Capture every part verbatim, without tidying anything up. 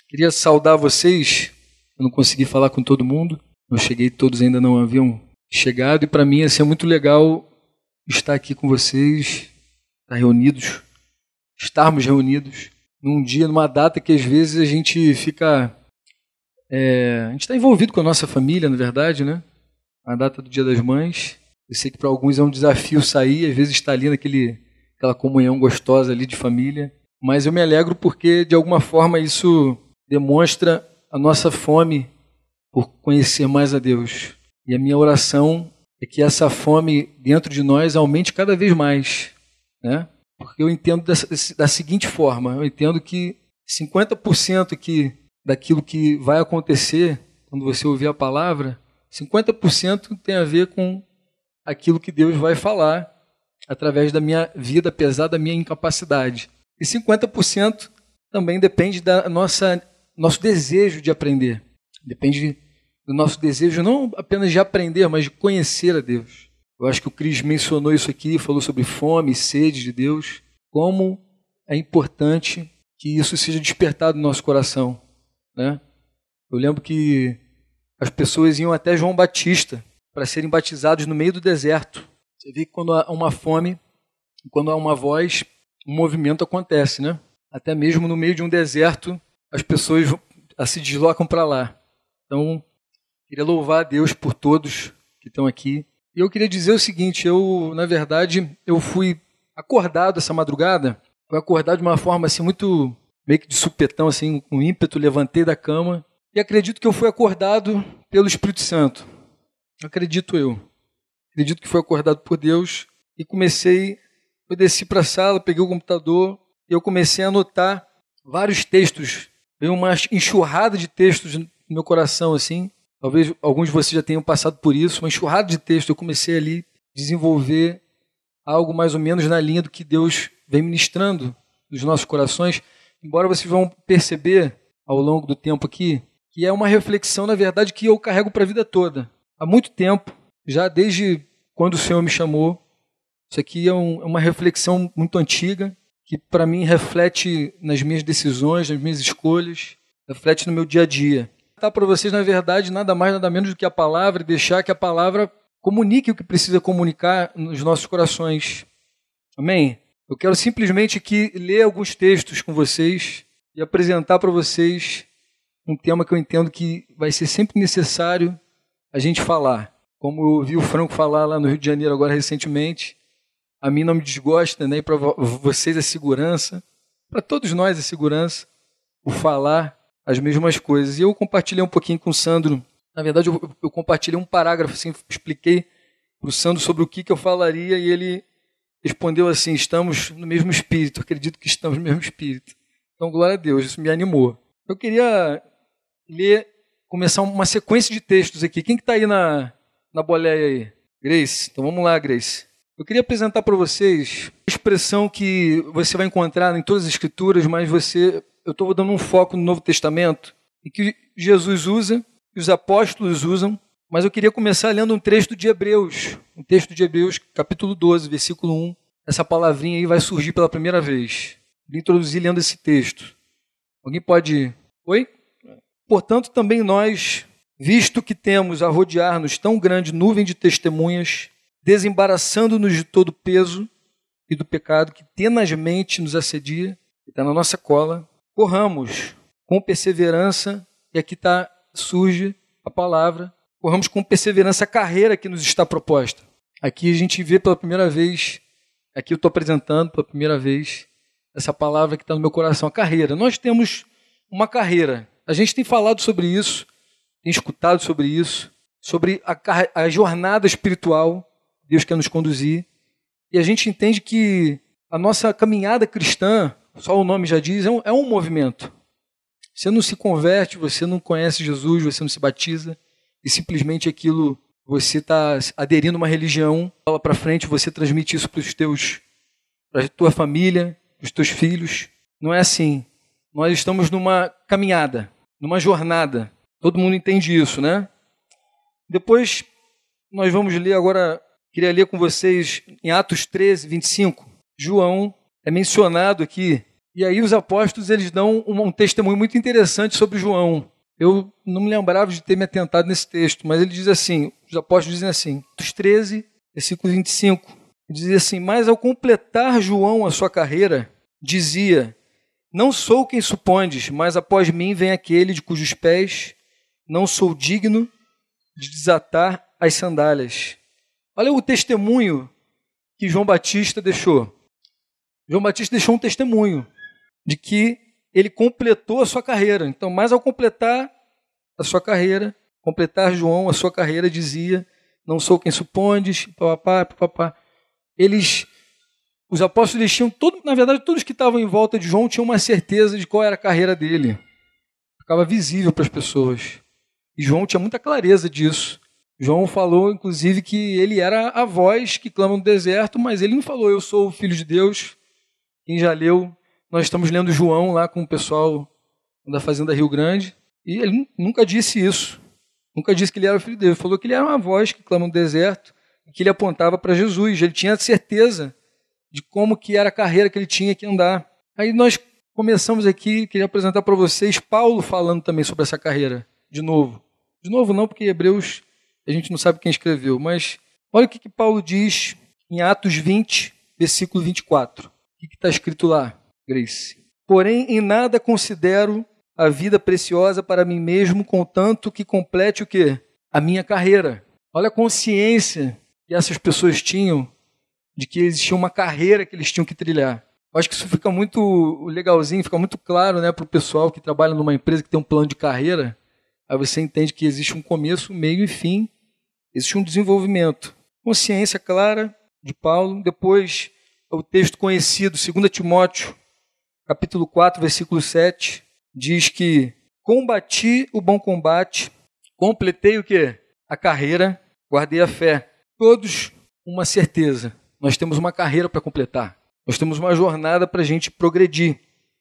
Queria saudar vocês. Eu não consegui falar com todo mundo. Eu cheguei, todos ainda não haviam chegado. E para mim ia ser muito legal estar aqui com vocês, estar reunidos, estarmos reunidos num dia, numa data que às vezes a gente fica... É, a gente está envolvido com a nossa família, na verdade, né? A data do Dia das Mães. Eu sei que para alguns é um desafio sair, às vezes estar ali naquele, aquela comunhão gostosa ali de família. Mas eu me alegro porque, de alguma forma, isso demonstra a nossa fome por conhecer mais a Deus. E a minha oração é que essa fome dentro de nós aumente cada vez mais, né? Porque eu entendo dessa, da seguinte forma, eu entendo que cinquenta por cento que, daquilo que vai acontecer quando você ouvir a palavra, cinquenta por cento tem a ver com aquilo que Deus vai falar através da minha vida, apesar da minha incapacidade. E cinquenta por cento também depende da nossa nosso desejo de aprender. Depende do nosso desejo não apenas de aprender, mas de conhecer a Deus. Eu acho que o Cris mencionou isso aqui, falou sobre fome e sede de Deus, como é importante que isso seja despertado no nosso coração, né? Eu lembro que as pessoas iam até João Batista para serem batizados no meio do deserto. Você vê que quando há uma fome, quando há uma voz, um movimento acontece, né? Até mesmo no meio de um deserto, as pessoas se deslocam para lá. Então, queria louvar a Deus por todos que estão aqui. E eu queria dizer o seguinte, eu, na verdade, eu fui acordado essa madrugada, fui acordado de uma forma assim muito, meio que de supetão, assim, com ímpeto, levantei da cama e acredito que eu fui acordado pelo Espírito Santo. Acredito eu. Acredito que fui acordado por Deus e comecei, eu desci para a sala, peguei o computador e eu comecei a anotar vários textos. Veio uma enxurrada de textos no meu coração, assim. Talvez alguns de vocês já tenham passado por isso, uma enxurrada de textos. Eu comecei ali a desenvolver algo mais ou menos na linha do que Deus vem ministrando nos nossos corações. Embora vocês vão perceber ao longo do tempo aqui, que é uma reflexão, na verdade, que eu carrego para a vida toda. Há muito tempo, já desde quando o Senhor me chamou, isso aqui é um, uma reflexão muito antiga, que para mim reflete nas minhas decisões, nas minhas escolhas, reflete no meu dia a dia. Tá para vocês, na verdade, nada mais, nada menos do que a palavra, e deixar que a palavra comunique o que precisa comunicar nos nossos corações. Amém? Eu quero simplesmente aqui ler alguns textos com vocês e apresentar para vocês um tema que eu entendo que vai ser sempre necessário a gente falar. Como eu ouvi o Franco falar lá no Rio de Janeiro agora recentemente, a mim não me desgosta, né? E para vocês a segurança, para todos nós a segurança, o falar as mesmas coisas. E eu compartilhei um pouquinho com o Sandro, na verdade eu, eu compartilhei um parágrafo, assim, expliquei para o Sandro sobre o que, que eu falaria e ele respondeu assim, estamos no mesmo espírito, acredito que estamos no mesmo espírito. Então, glória a Deus, isso me animou. Eu queria ler, começar uma sequência de textos aqui. Quem que está aí na, na boleia aí? Grace? Então vamos lá, Grace. Eu queria apresentar para vocês uma expressão que você vai encontrar em todas as escrituras, mas você, eu estou dando um foco no Novo Testamento, e que Jesus usa, que os apóstolos usam, mas eu queria começar lendo um texto de Hebreus, um texto de Hebreus, capítulo doze, versículo um. Essa palavrinha aí vai surgir pela primeira vez. Vou introduzir lendo esse texto. Alguém pode... Oi? Portanto, também nós, visto que temos a rodear-nos tão grande nuvem de testemunhas, desembaraçando-nos de todo o peso e do pecado que tenazmente nos assedia, que está na nossa cola, corramos com perseverança, e aqui tá, surge a palavra, corramos com perseverança a carreira que nos está proposta. Aqui a gente vê pela primeira vez, aqui eu estou apresentando pela primeira vez, essa palavra que está no meu coração, a carreira. Nós temos uma carreira. A gente tem falado sobre isso, tem escutado sobre isso, sobre a, a jornada espiritual, Deus quer nos conduzir, e a gente entende que a nossa caminhada cristã, só o nome já diz, é um, é um movimento. Você não se converte, você não conhece Jesus, você não se batiza, e simplesmente aquilo, você está aderindo a uma religião, fala para frente, você transmite isso para os teus, para a tua família, para os teus filhos. Não é assim. Nós estamos numa caminhada, numa jornada. Todo mundo entende isso, né? Depois, nós vamos ler agora, queria ler com vocês em Atos treze, vinte e cinco. João é mencionado aqui, E aí os apóstolos eles dão um, um testemunho muito interessante sobre João. Eu não me lembrava de ter me atentado nesse texto, mas ele diz assim, os apóstolos dizem assim, Atos treze, versículo vinte e cinco, ele diz assim, mas ao completar João a sua carreira, dizia, não sou quem supondes, mas após mim vem aquele de cujos pés não sou digno de desatar as sandálias. Olha o testemunho que João Batista deixou. João Batista deixou um testemunho de que ele completou a sua carreira. Então, mas ao completar a sua carreira, completar João a sua carreira, dizia, não sou quem supondes, papapá, papapá. Eles, os apóstolos, eles tinham, todo, na verdade, todos que estavam em volta de João tinham uma certeza de qual era a carreira dele. Ficava visível para as pessoas. E João tinha muita clareza disso. João falou, inclusive, que ele era a voz que clama no deserto, mas ele não falou, eu sou o Filho de Deus. Quem já leu, nós estamos lendo João lá com o pessoal da Fazenda Rio Grande, e ele nunca disse isso. Nunca disse que ele era o Filho de Deus. Ele falou que ele era uma voz que clama no deserto, e que ele apontava para Jesus. Ele tinha certeza de como que era a carreira que ele tinha que andar. Aí nós começamos aqui, queria apresentar para vocês Paulo falando também sobre essa carreira, de novo. De novo não, porque Hebreus a gente não sabe quem escreveu, mas olha o que, que Paulo diz em Atos vinte, versículo vinte e quatro. O que está escrito lá, Grace? Porém, em nada considero a vida preciosa para mim mesmo, contanto que complete o quê? A minha carreira. Olha a consciência que essas pessoas tinham de que existia uma carreira que eles tinham que trilhar. Eu acho que isso fica muito legalzinho, fica muito claro, né, para o pessoal que trabalha numa empresa que tem um plano de carreira. Aí você entende que existe um começo, meio e fim. Existe um desenvolvimento. Consciência clara de Paulo. Depois, o texto conhecido, dois Timóteo, capítulo quatro, versículo sete, diz que combati o bom combate, completei o quê? A carreira, guardei a fé. Todos uma certeza. Nós temos uma carreira para completar. Nós temos uma jornada para a gente progredir.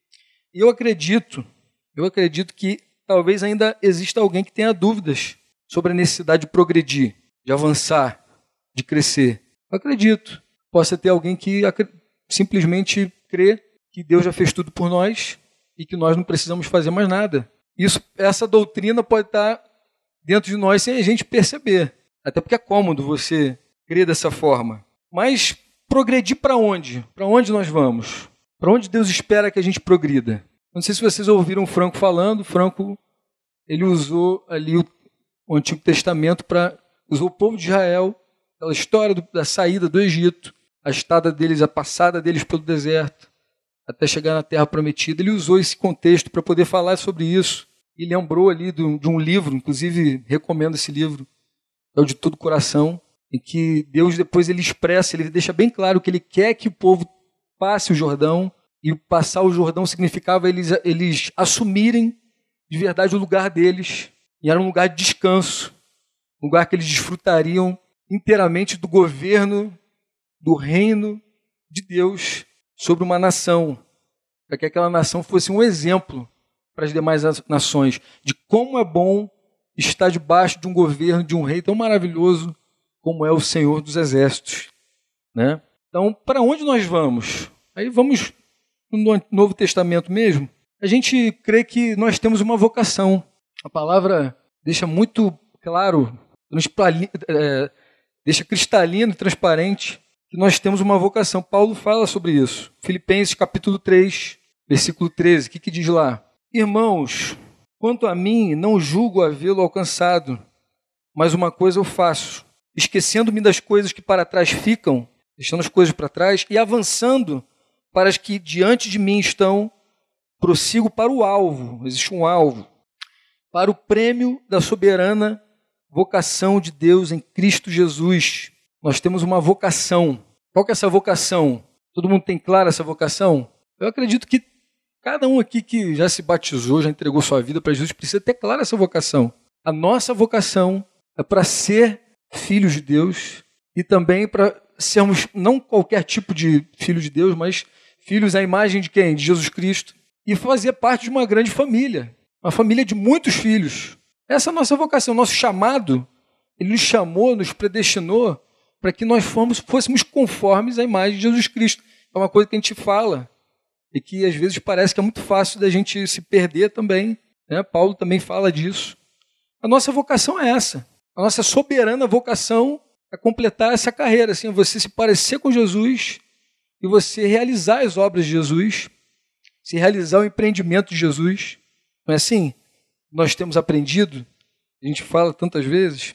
E eu acredito, eu acredito que talvez ainda exista alguém que tenha dúvidas sobre a necessidade de progredir, de avançar, de crescer. Eu acredito. Possa ter alguém que simplesmente crê que Deus já fez tudo por nós e que nós não precisamos fazer mais nada. Isso, essa doutrina pode estar dentro de nós sem a gente perceber. Até porque é cômodo você crer dessa forma. Mas progredir para onde? Para onde nós vamos? Para onde Deus espera que a gente progrida? Não sei se vocês ouviram o Franco falando. Franco, ele usou ali o, o Antigo Testamento para... Usou o povo de Israel, aquela história do, da saída do Egito, a estada deles, a passada deles pelo deserto, até chegar na Terra Prometida. Ele usou esse contexto para poder falar sobre isso. E lembrou ali do, de um livro, inclusive recomendo esse livro, é o De Todo Coração, em que Deus depois ele expressa, ele deixa bem claro que ele quer que o povo passe o Jordão, e passar o Jordão significava eles, eles assumirem de verdade o lugar deles, e era um lugar de descanso, um lugar que eles desfrutariam inteiramente do governo, do reino de Deus sobre uma nação, para que aquela nação fosse um exemplo para as demais nações, de como é bom estar debaixo de um governo, de um rei tão maravilhoso como é o Senhor dos Exércitos, né? Então, para onde nós vamos? Aí vamos no Novo Testamento mesmo. A gente crê que nós temos uma vocação. A palavra deixa muito claro, é, deixa cristalino e transparente que nós temos uma vocação. Paulo fala sobre isso. Filipenses capítulo três, versículo treze. O que, que diz lá? Irmãos, quanto a mim, não julgo havê-lo alcançado, mas uma coisa eu faço, esquecendo-me das coisas que para trás ficam, deixando as coisas para trás, e avançando para as que diante de mim estão, prossigo para o alvo, existe um alvo, para o prêmio da soberana vocação de Deus em Cristo Jesus. Nós temos uma vocação. Qual que é essa vocação? Todo mundo tem clara essa vocação? Eu acredito que cada um aqui que já se batizou, já entregou sua vida para Jesus, precisa ter clara essa vocação. A nossa vocação é para ser filhos de Deus e também para sermos não qualquer tipo de filho de Deus, mas filhos à imagem de quem? De Jesus Cristo. E fazer parte de uma grande família, uma família de muitos filhos. Essa é a nossa vocação, o nosso chamado. Ele nos chamou, nos predestinou para que nós fomos, fôssemos conformes à imagem de Jesus Cristo. É uma coisa que a gente fala. e que às vezes parece que é muito fácil da gente se perder também, né? Paulo também fala disso. A nossa vocação é essa, a nossa soberana vocação é completar essa carreira, assim, você se parecer com Jesus e você realizar as obras de Jesus, se realizar o empreendimento de Jesus. Não é assim? Nós temos aprendido, a gente fala tantas vezes.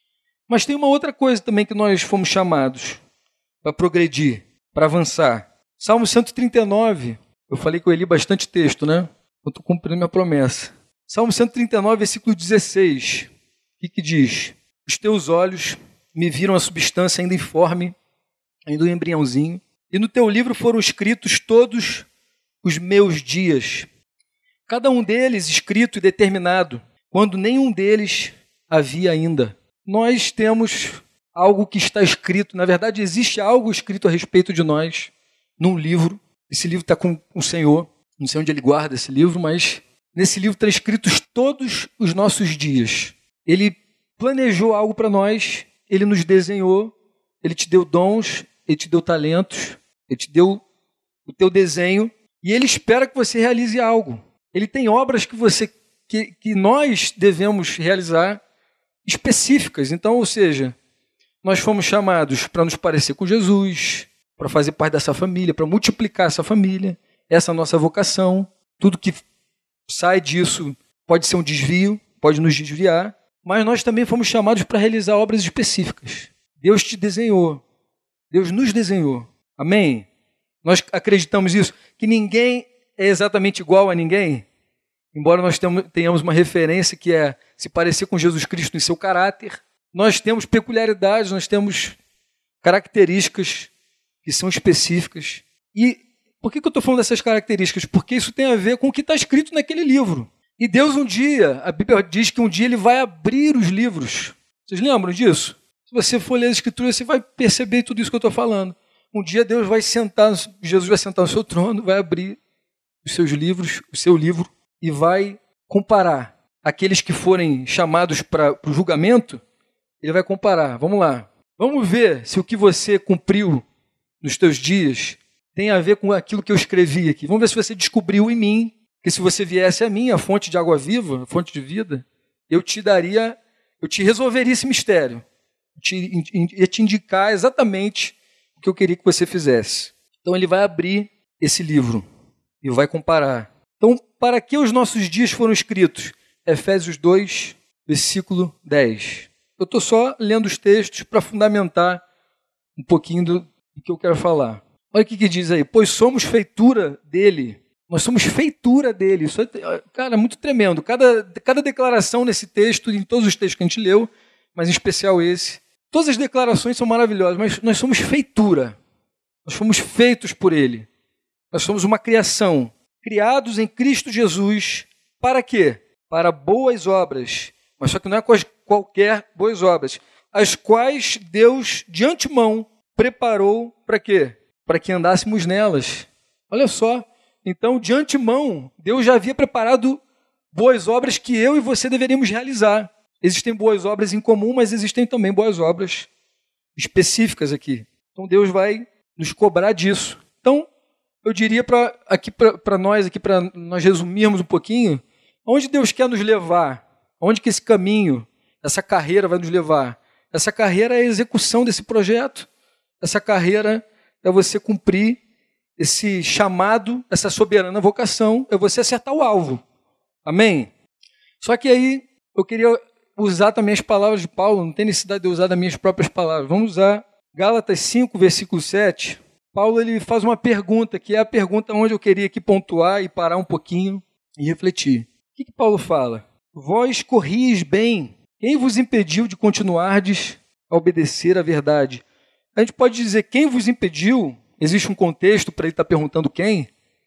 Mas tem uma outra coisa também que nós fomos chamados para progredir, para avançar. Salmo cento e trinta e nove, eu falei que eu li bastante texto, né? Eu estou cumprindo minha promessa. Salmo cento e trinta e nove, versículo dezesseis. O que, que diz? Os teus olhos me viram a substância ainda informe, ainda um embriãozinho, e no teu livro foram escritos todos os meus dias, cada um deles escrito e determinado, quando nenhum deles havia ainda. Nós temos algo que está escrito, na verdade existe algo escrito a respeito de nós, num livro. Esse livro está com o Senhor, não sei onde ele guarda esse livro, mas nesse livro estão escritos todos os nossos dias. Ele planejou algo para nós, ele nos desenhou, ele te deu dons, ele te deu talentos, ele te deu o teu desenho, e ele espera que você realize algo. Ele tem obras que, você, que, que nós devemos realizar específicas. Então, ou seja, nós fomos chamados para nos parecer com Jesus, para fazer parte dessa família, para multiplicar essa família, essa é a nossa vocação. Tudo que sai disso pode ser um desvio, pode nos desviar, mas nós também fomos chamados para realizar obras específicas. Deus te desenhou, Deus nos desenhou. Amém? Nós acreditamos isso, que ninguém é exatamente igual a ninguém, embora nós tenhamos uma referência que é se parecer com Jesus Cristo em seu caráter. Nós temos peculiaridades, nós temos características que são específicas. E por que, que eu estou falando dessas características? Porque isso tem a ver com o que está escrito naquele livro. E Deus um dia, a Bíblia diz que um dia Ele vai abrir os livros. Vocês lembram disso? Se você for ler a Escritura, você vai perceber tudo isso que eu estou falando. Um dia Deus vai sentar, Jesus vai sentar no seu trono, vai abrir os seus livros, o seu livro, e vai comparar aqueles que forem chamados para o julgamento. Ele vai comparar. Vamos lá. Vamos ver se o que você cumpriu nos teus dias tem a ver com aquilo que eu escrevi aqui. Vamos ver se você descobriu em mim que se você viesse a mim, a fonte de água viva, a fonte de vida, eu te daria, eu te resolveria esse mistério. Eu te, ia te indicar exatamente o que eu queria que você fizesse. Então ele vai abrir esse livro e vai comparar. Então, para que os nossos dias foram escritos? Efésios dois, versículo dez. Eu estou só lendo os textos para fundamentar um pouquinho do, do que eu quero falar. Olha o que, que diz aí. Pois somos feitura dele. Nós somos feitura dele. Isso é, cara, muito tremendo. Cada, cada declaração nesse texto, em todos os textos que a gente leu, mas em especial esse, todas as declarações são maravilhosas, mas nós somos feitura. Nós fomos feitos por ele. Nós somos uma criação. Criados em Cristo Jesus. Para quê? Para boas obras. Mas só que não é qualquer boas obras. As quais Deus, de antemão, preparou para quê? Para que andássemos nelas. Olha só. Então, de antemão, Deus já havia preparado boas obras que eu e você deveríamos realizar. Existem boas obras em comum, mas existem também boas obras específicas aqui. Então, Deus vai nos cobrar disso. Então, eu diria para aqui para nós, aqui para nós resumirmos um pouquinho, onde Deus quer nos levar, onde que esse caminho, essa carreira vai nos levar. Essa carreira é a execução desse projeto. Essa carreira é você cumprir esse chamado, essa soberana vocação, é você acertar o alvo. Amém? Só que aí eu queria usar também as palavras de Paulo, não tem necessidade de eu usar as minhas próprias palavras. Vamos usar Gálatas cinco, versículo sete. Paulo ele faz uma pergunta, que é a pergunta onde eu queria aqui pontuar e parar um pouquinho e refletir. O que, que Paulo fala? Vós corris bem. Quem vos impediu de continuardes a obedecer à verdade? A gente pode dizer quem vos impediu. Existe um contexto para ele estar perguntando quem,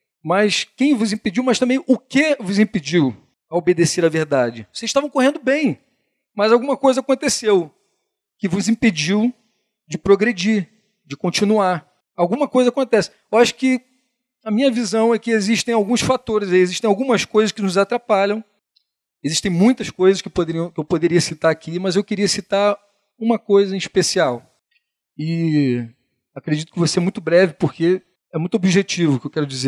mas quem vos impediu, mas também o que vos impediu a obedecer à verdade. Vocês estavam correndo bem, mas alguma coisa aconteceu que vos impediu de progredir, de continuar. Alguma coisa acontece. Eu acho que a minha visão é que existem alguns fatores, existem algumas coisas que nos atrapalham, existem muitas coisas que, poderiam, que eu poderia citar aqui, mas eu queria citar uma coisa em especial. E acredito que vou ser muito breve, porque é muito objetivo o que eu quero dizer.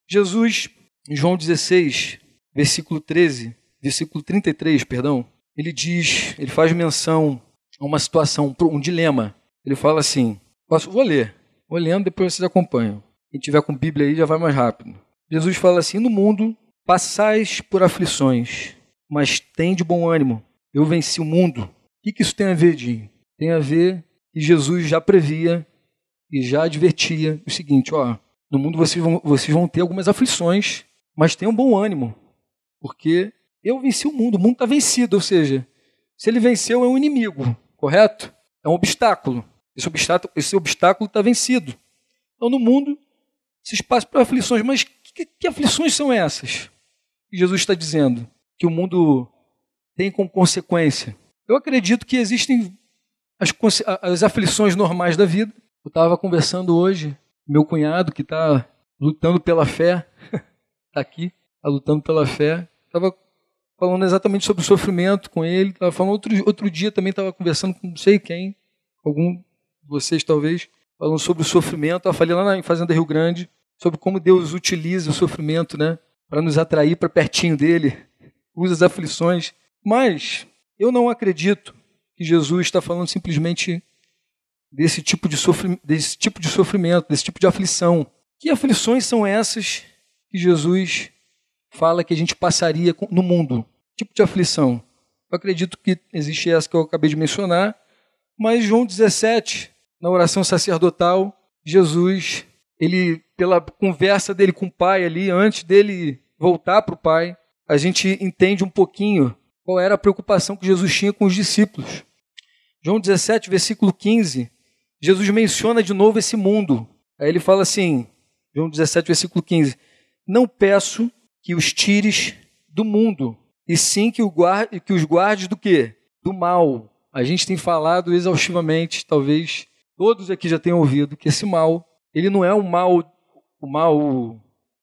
Jesus, em João dezesseis, versículo treze, versículo trinta e três, perdão, ele diz, ele faz menção a uma situação, um dilema. Ele fala assim, posso, vou ler, vou lendo, depois vocês acompanham. Quem tiver com Bíblia aí já vai mais rápido. Jesus fala assim, no mundo passais por aflições, mas tem de bom ânimo, eu venci o mundo. O que, que isso tem a ver, Dinho? Tem a ver que Jesus já previa e já advertia o seguinte, ó, no mundo vocês vão, vocês vão ter algumas aflições, mas tenham bom ânimo, porque eu venci o mundo, o mundo está vencido, ou seja, se ele venceu é um inimigo, correto? É um obstáculo, esse obstáculo esse obstáculo está vencido. Então no mundo vocês passam por aflições, mas que, que aflições são essas? E Jesus está dizendo que o mundo tem como consequência. Eu acredito que existem as, as aflições normais da vida. Eu estava conversando hoje, meu cunhado que está lutando pela fé, está aqui, está lutando pela fé, estava falando exatamente sobre o sofrimento com ele, estava falando outro, outro dia também, estava conversando com não sei quem, algum de vocês talvez, falando sobre o sofrimento. Eu falei lá na Fazenda Rio Grande, sobre como Deus utiliza o sofrimento, né, para nos atrair para pertinho dele, usa as aflições. Mas eu não acredito que Jesus está falando simplesmente desse tipo de sofrimento, desse tipo de sofrimento, desse tipo de aflição. Que aflições são essas que Jesus fala que a gente passaria no mundo? Que tipo de aflição? Eu acredito que existe essa que eu acabei de mencionar, mas João dezessete, na oração sacerdotal, Jesus, ele, pela conversa dele com o Pai ali, antes dele voltar para o Pai, a gente entende um pouquinho qual era a preocupação que Jesus tinha com os discípulos. João dezessete, versículo quinze, Jesus menciona de novo esse mundo. Aí ele fala assim, João dezessete, versículo quinze, não peço que os tires do mundo, e sim que, o guarde, que os guardes do quê? Do mal. A gente tem falado exaustivamente, talvez todos aqui já tenham ouvido, que esse mal, ele não é um mal, o mal, o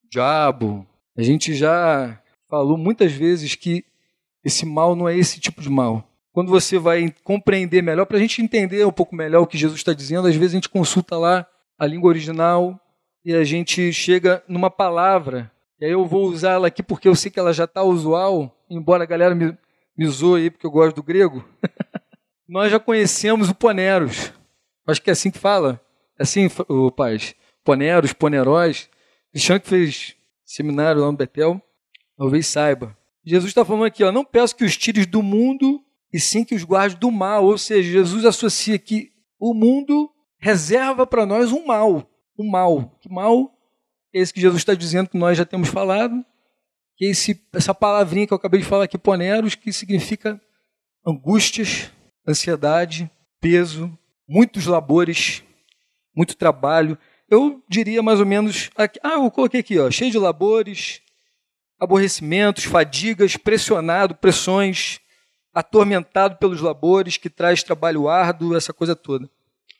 diabo. A gente já falou muitas vezes que esse mal não é esse tipo de mal. Quando você vai compreender melhor, para a gente entender um pouco melhor o que Jesus está dizendo, às vezes a gente consulta lá a língua original e a gente chega numa palavra, e aí eu vou usar ela aqui porque eu sei que ela já está usual, embora a galera me, me zoe aí porque eu gosto do grego. Nós já conhecemos o poneros. Acho que é assim que fala. É assim, o paz. Poneros, poneróis. Cristiano que fez seminário lá no Betel, talvez saiba. Jesus está falando aqui, ó, não peço que os tires do mundo, e sim que os guardes do mal. Ou seja, Jesus associa que o mundo reserva para nós um mal. Um mal. Que mal é esse que Jesus está dizendo, que nós já temos falado, que é esse, essa palavrinha que eu acabei de falar aqui, poneros, que significa angústias, ansiedade, peso, muitos labores, muito trabalho. Eu diria mais ou menos, aqui, ah, eu coloquei aqui, ó, cheio de labores, aborrecimentos, fadigas, pressionado, pressões, atormentado pelos labores, que traz trabalho árduo, essa coisa toda.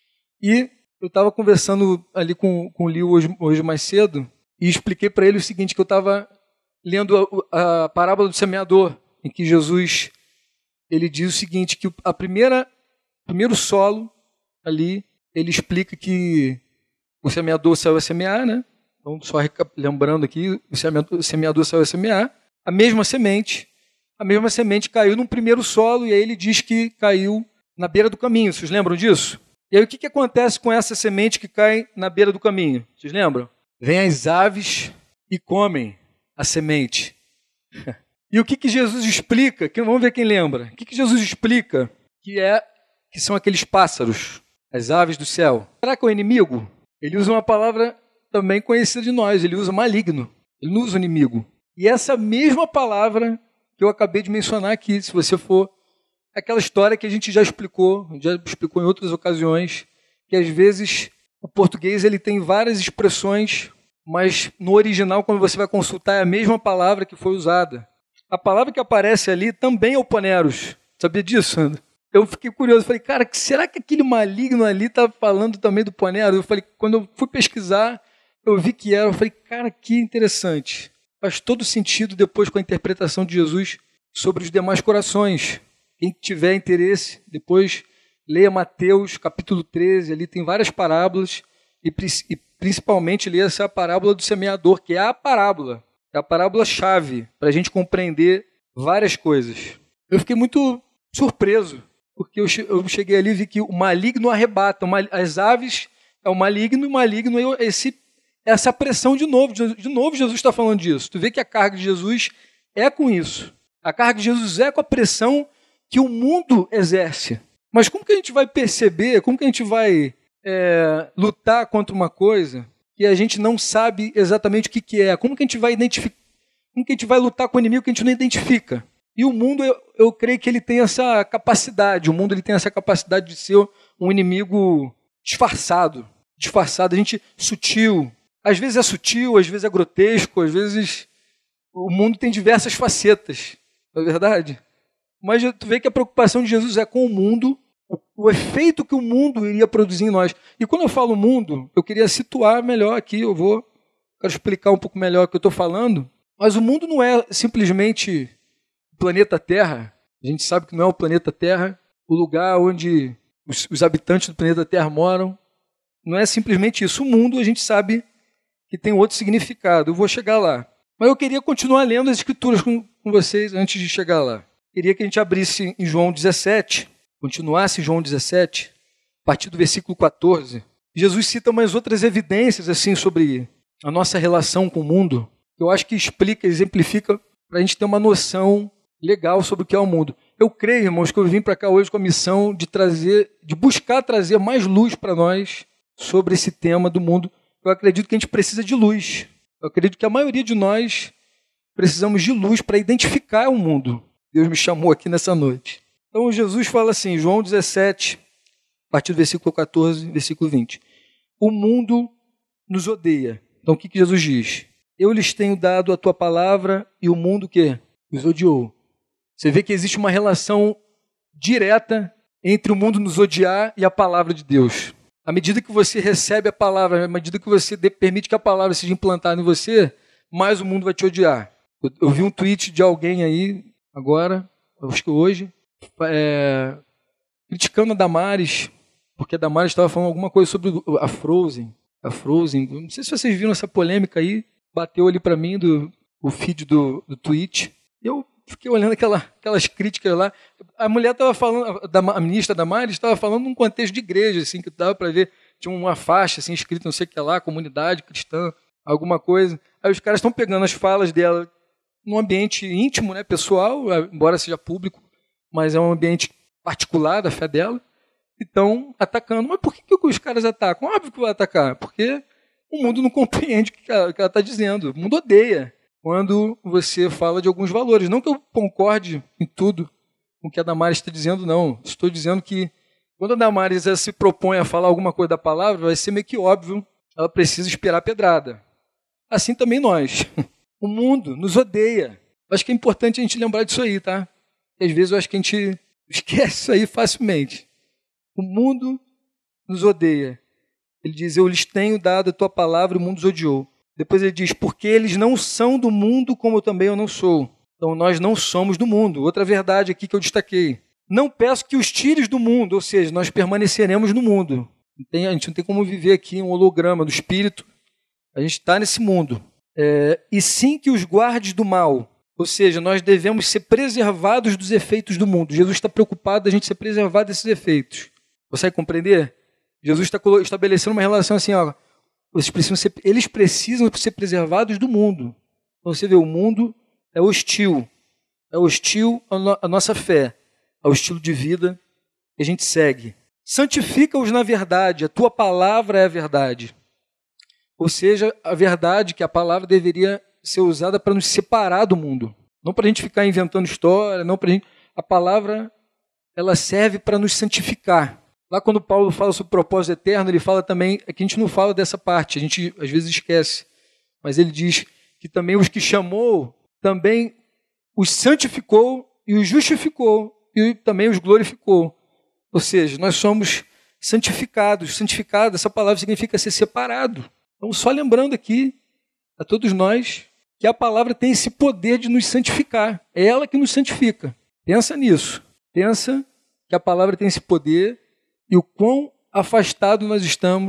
E eu estava conversando ali com, com o Lio hoje, hoje mais cedo e expliquei para ele o seguinte, que eu estava lendo a, a parábola do semeador, em que Jesus ele diz o seguinte, que a primeira primeiro solo ali, ele explica que o semeador saiu a semear, né? Então, só lembrando aqui, o semeador, o semeador saiu a semear, a mesma semente, a mesma semente caiu num primeiro solo, e aí ele diz que caiu na beira do caminho. Vocês lembram disso? E aí o que, que acontece com essa semente que cai na beira do caminho? Vocês lembram? Vêm as aves e comem a semente. E o que, que Jesus explica? Que, vamos ver quem lembra. O que, que Jesus explica? Que, é, que são aqueles pássaros, as aves do céu. Será que é o inimigo? Ele usa uma palavra também conhecida de nós, ele usa maligno. Ele não usa inimigo. E essa mesma palavra que eu acabei de mencionar aqui, se você for... Aquela história que a gente já explicou, já explicou em outras ocasiões, que às vezes o português ele tem várias expressões, mas no original, quando você vai consultar, é a mesma palavra que foi usada. A palavra que aparece ali também é o poneros. Sabia disso, Sandro? Eu fiquei curioso, falei, cara, será que aquele maligno ali está falando também do poneros? Eu falei, quando eu fui pesquisar, eu vi que era, eu falei, cara, que interessante. Faz todo sentido depois com a interpretação de Jesus sobre os demais corações. Quem tiver interesse, depois leia Mateus capítulo treze, ali tem várias parábolas e, e principalmente ler essa parábola do semeador, que é a parábola, é a parábola-chave para a gente compreender várias coisas. Eu fiquei muito surpreso, porque eu cheguei ali e vi que o maligno arrebata, as aves é o maligno, e o maligno é esse, essa pressão de novo. De novo Jesus está falando disso. Tu vê que a carga de Jesus é com isso. A carga de Jesus é com a pressão que o mundo exerce. Mas como que a gente vai perceber, como que a gente vai é, lutar contra uma coisa que a gente não sabe exatamente o que, que é? Como que a gente vai identificar? Como que a gente vai lutar com o inimigo que a gente não identifica? E o mundo, eu, eu creio que ele tem essa capacidade, o mundo ele tem essa capacidade de ser um inimigo disfarçado, disfarçado, a gente sutil. Às vezes é sutil, às vezes é grotesco, às vezes o mundo tem diversas facetas, não é verdade? Mas tu vê que a preocupação de Jesus é com o mundo, o, o efeito que o mundo iria produzir em nós. E quando eu falo mundo, eu queria situar melhor aqui, eu vou quero explicar um pouco melhor o que eu estou falando, mas o mundo não é simplesmente o planeta Terra. A gente sabe que não é o planeta Terra, o lugar onde os, os habitantes do planeta Terra moram. Não é simplesmente isso. O mundo, a gente sabe que tem outro significado. Eu vou chegar lá. Mas eu queria continuar lendo as Escrituras com, com vocês antes de chegar lá. Queria que a gente abrisse em João dezessete, continuasse em João dezessete, a partir do versículo quatorze. Jesus cita umas outras evidências assim sobre a nossa relação com o mundo, que eu acho que explica, exemplifica, para a gente ter uma noção legal sobre o que é o mundo. Eu creio, irmãos, que eu vim para cá hoje com a missão de trazer, de buscar trazer mais luz para nós sobre esse tema do mundo. Eu acredito que a gente precisa de luz. Eu acredito que a maioria de nós precisamos de luz para identificar o mundo. Deus me chamou aqui nessa noite. Então Jesus fala assim, João dezessete, a partir do versículo quatorze, versículo vinte. O mundo nos odeia. Então o que, que Jesus diz? Eu lhes tenho dado a tua palavra e o mundo que os odiou. Você vê que existe uma relação direta entre o mundo nos odiar e a palavra de Deus. À medida que você recebe a palavra, à medida que você permite que a palavra seja implantada em você, mais o mundo vai te odiar. Eu, eu vi um tweet de alguém aí, agora, acho que hoje, é, criticando a Damares, porque a Damares estava falando alguma coisa sobre a Frozen. A Frozen, não sei se vocês viram essa polêmica aí, bateu ali para mim do o feed do, do tweet. Eu fiquei olhando aquela, aquelas críticas lá. A mulher estava falando, a ministra Damares estava falando num contexto de igreja, assim, que dava para ver, tinha uma faixa assim, escrita não sei o que lá, comunidade cristã, alguma coisa. Aí os caras estão pegando as falas dela num ambiente íntimo, né, pessoal, embora seja público, mas é um ambiente particular da fé dela, e estão atacando. Mas por que, que os caras atacam? Óbvio que vai atacar, porque o mundo não compreende o que ela está dizendo. O mundo odeia quando você fala de alguns valores. Não que eu concorde em tudo com o que a Damares está dizendo, não. Estou dizendo que quando a Damares se propõe a falar alguma coisa da palavra, vai ser meio que óbvio, ela precisa esperar pedrada. Assim também nós. O mundo nos odeia. Acho que é importante a gente lembrar disso aí, tá? Porque às vezes eu acho que a gente esquece isso aí facilmente. O mundo nos odeia. Ele diz, eu lhes tenho dado a tua palavra e o mundo os odiou. Depois ele diz, porque eles não são do mundo como também eu não sou. Então nós não somos do mundo. Outra verdade aqui que eu destaquei. Não peço que os tires do mundo, ou seja, nós permaneceremos no mundo. Não tem, a gente não tem como viver aqui um holograma do Espírito. A gente está nesse mundo. É, e sim que os guardes do mal. Ou seja, nós devemos ser preservados dos efeitos do mundo. Jesus está preocupado da gente ser preservado desses efeitos. Consegue compreender? Jesus está estabelecendo uma relação assim, ó, eles precisam ser, eles precisam ser preservados do mundo. Então você vê, o mundo é hostil. É hostil à, no, à nossa fé, ao estilo de vida que a gente segue. Santifica-os na verdade, a tua palavra é a verdade. Ou seja, a verdade que a palavra deveria ser usada para nos separar do mundo. Não para a gente ficar inventando história, não para a gente... A palavra, ela serve para nos santificar. Lá quando Paulo fala sobre o propósito eterno, ele fala também, é que a gente não fala dessa parte, a gente às vezes esquece, mas ele diz que também os que chamou, também os santificou e os justificou e também os glorificou. Ou seja, nós somos santificados. Santificado, essa palavra significa ser separado. Então, só lembrando aqui a todos nós que a palavra tem esse poder de nos santificar. É ela que nos santifica. Pensa nisso. Pensa que a palavra tem esse poder e o quão afastado nós estamos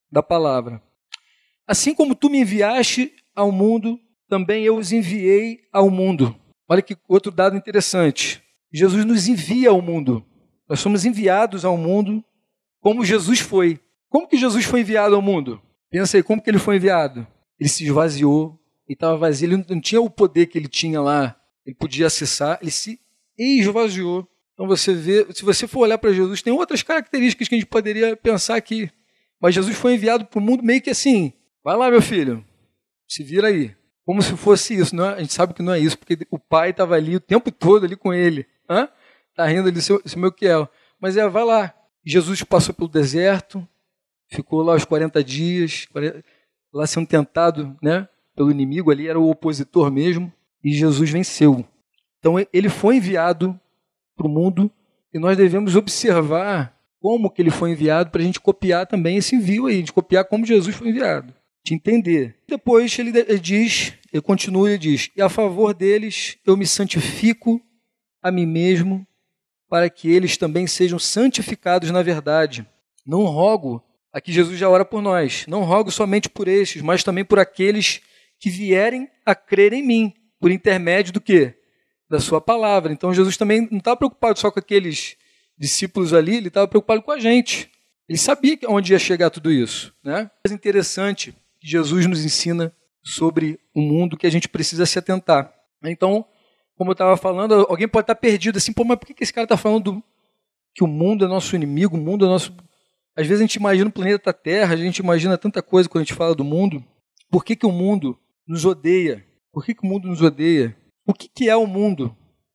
da palavra. Assim como tu me enviaste ao mundo, também eu os enviei ao mundo. Olha que outro dado interessante. Jesus nos envia ao mundo. Nós somos enviados ao mundo como Jesus foi. Como que Jesus foi enviado ao mundo? Pensa aí, como que ele foi enviado? Ele se esvaziou, ele estava vazio, ele não tinha o poder que ele tinha lá, ele podia acessar, ele se esvaziou. Então você vê, se você for olhar para Jesus, tem outras características que a gente poderia pensar aqui. Mas Jesus foi enviado para o mundo meio que assim, vai lá meu filho, se vira aí. Como se fosse isso, não é? A gente sabe que não é isso, porque o pai estava ali o tempo todo ali com ele. Hã? Tá rindo ali, seu, seu meu que é. Mas é, vai lá. Jesus passou pelo deserto, ficou lá os quarenta dias, quarenta, lá sendo tentado, né, pelo inimigo ali, era o opositor mesmo, e Jesus venceu. Então ele foi enviado para o mundo e nós devemos observar como que ele foi enviado para a gente copiar também esse envio aí, a gente copiar como Jesus foi enviado, de entender. Depois ele, ele diz, ele continua, ele diz, e a favor deles eu me santifico a mim mesmo, para que eles também sejam santificados na verdade. Não rogo, aqui Jesus já ora por nós, não rogo somente por estes, mas também por aqueles que vierem a crer em mim, por intermédio do quê? Da sua palavra. Então Jesus também não estava preocupado só com aqueles discípulos ali, ele estava preocupado com a gente. Ele sabia onde ia chegar tudo isso, né? É interessante que Jesus nos ensina sobre o mundo que a gente precisa se atentar. Então, como eu estava falando, alguém pode estar perdido assim, pô, mas por que esse cara está falando do, que o mundo é nosso inimigo, o mundo é nosso... Às vezes a gente imagina o planeta Terra, a gente imagina tanta coisa quando a gente fala do mundo. Por que que o mundo nos odeia? Por que que o mundo nos odeia? O que que é o mundo?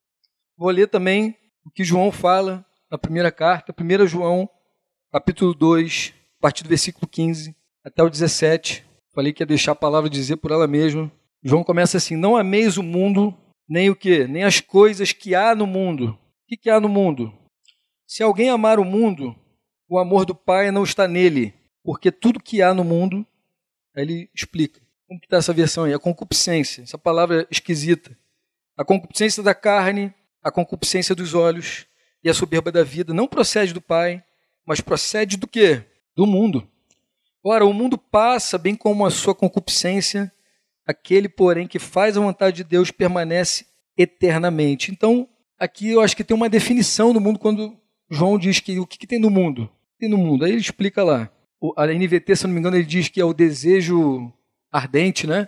Vou ler também o que João fala na primeira carta, primeira João, capítulo dois, a partir do versículo quinze até o dezessete. Falei que ia deixar a palavra dizer por ela mesma. João começa assim, não ameis o mundo, nem o quê? Nem as coisas que há no mundo. O que que há no mundo? Se alguém amar o mundo, o amor do Pai não está nele, porque tudo que há no mundo, aí ele explica. Como que está essa versão aí? A concupiscência, essa palavra é esquisita. A concupiscência da carne, a concupiscência dos olhos e a soberba da vida não procede do Pai, mas procede do quê? Do mundo. Ora, o mundo passa, bem como a sua concupiscência, aquele, porém, que faz a vontade de Deus permanece eternamente. Então, aqui eu acho que tem uma definição do mundo quando João diz que o que, que tem no mundo? O que tem no mundo? Aí ele explica lá. A N V T, se não me engano, ele diz que é o desejo ardente, né?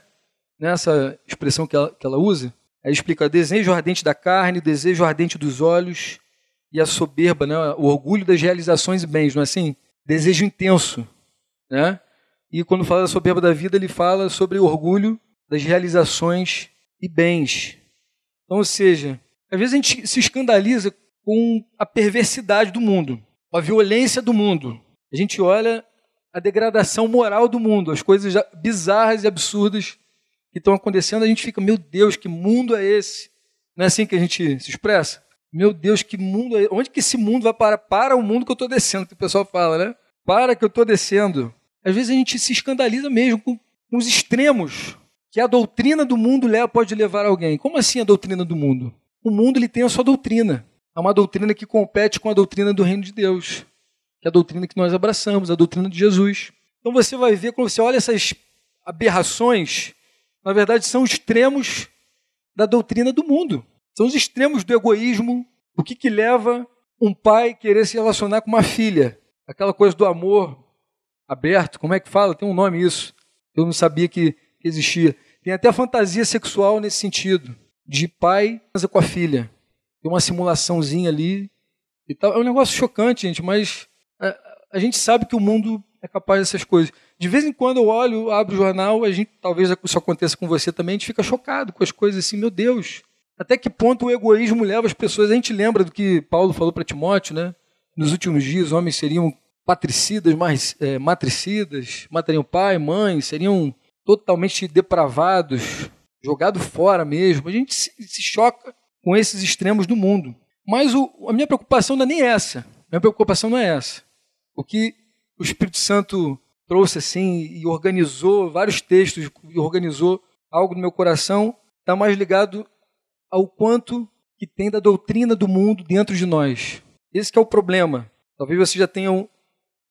Nessa expressão que ela, que ela usa. Aí explica o desejo ardente da carne, o desejo ardente dos olhos e a soberba, né? O orgulho das realizações e bens, não é assim? Desejo intenso, né? E quando fala da soberba da vida, ele fala sobre o orgulho das realizações e bens. Então, ou seja, às vezes a gente se escandaliza com a perversidade do mundo, com a violência do mundo. A gente olha a degradação moral do mundo, as coisas bizarras e absurdas que estão acontecendo, a gente fica, meu Deus, que mundo é esse? Não é assim que a gente se expressa? Meu Deus, que mundo é esse? Onde que esse mundo vai parar? Para o mundo que eu estou descendo, que o pessoal fala, né? Para que eu estou descendo. Às vezes a gente se escandaliza mesmo com, com os extremos que a doutrina do mundo leva, pode levar alguém. Como assim a doutrina do mundo? O mundo ele tem a sua doutrina. É uma doutrina que compete com a doutrina do reino de Deus, que é a doutrina que nós abraçamos, a doutrina de Jesus. Então você vai ver, quando você olha essas aberrações, na verdade são extremos da doutrina do mundo. São os extremos do egoísmo, o que, que leva um pai querer se relacionar com uma filha. Aquela coisa do amor aberto, como é que fala? Tem um nome isso. Eu não sabia que existia. Tem até a fantasia sexual nesse sentido, de pai com a filha. Tem uma simulaçãozinha ali e tal. É um negócio chocante, gente, mas a, a gente sabe que o mundo é capaz dessas coisas. De vez em quando eu olho, abro o jornal, a gente, talvez isso aconteça com você também, a gente fica chocado com as coisas assim, meu Deus. Até que ponto o egoísmo leva as pessoas? A gente lembra do que Paulo falou para Timóteo, né? Nos últimos dias, os homens seriam patricidas, mais, é, matricidas, matariam pai, mãe, seriam totalmente depravados, jogados fora mesmo. A gente se, se choca com esses extremos do mundo. Mas o, a minha preocupação não é nem essa. A minha preocupação não é essa. O que o Espírito Santo trouxe assim e organizou vários textos e organizou algo no meu coração está mais ligado ao quanto que tem da doutrina do mundo dentro de nós. Esse que é o problema. Talvez vocês já tenham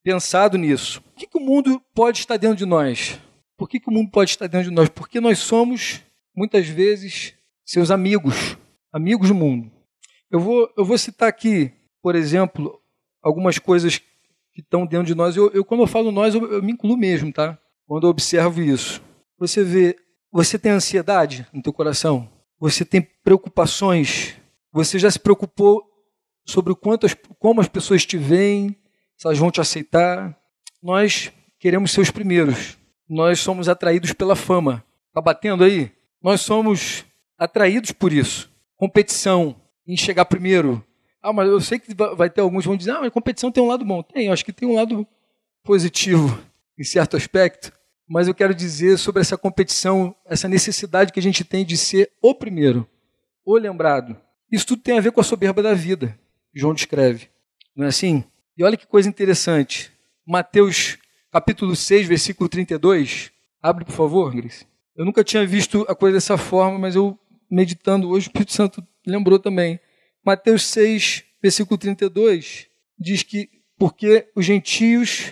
pensado nisso. Por que, que o mundo pode estar dentro de nós? Por que, que o mundo pode estar dentro de nós? Porque nós somos, muitas vezes, seus amigos, amigos do mundo. Eu vou, eu vou citar aqui, por exemplo, algumas coisas que estão dentro de nós. Eu, eu quando eu falo nós, eu, eu me incluo mesmo, tá? Quando eu observo isso. Você vê, você tem ansiedade no teu coração? Você tem preocupações? Você já se preocupou sobre o quanto as, como as pessoas te veem, se elas vão te aceitar? Nós queremos ser os primeiros. Nós somos atraídos pela fama. Está batendo aí? Nós somos atraídos por isso. Competição, em chegar primeiro. Ah, mas eu sei que vai ter alguns que vão dizer, ah, mas competição tem um lado bom. Tem, eu acho que tem um lado positivo, em certo aspecto. Mas eu quero dizer sobre essa competição, essa necessidade que a gente tem de ser o primeiro, o lembrado. Isso tudo tem a ver com a soberba da vida, João descreve. Não é assim? E olha que coisa interessante. Mateus capítulo seis, versículo trinta e dois. Abre, por favor, Grace. Eu nunca tinha visto a coisa dessa forma, mas eu, meditando hoje, o Espírito Santo lembrou também. Mateus seis, versículo trinta e dois, diz que porque os gentios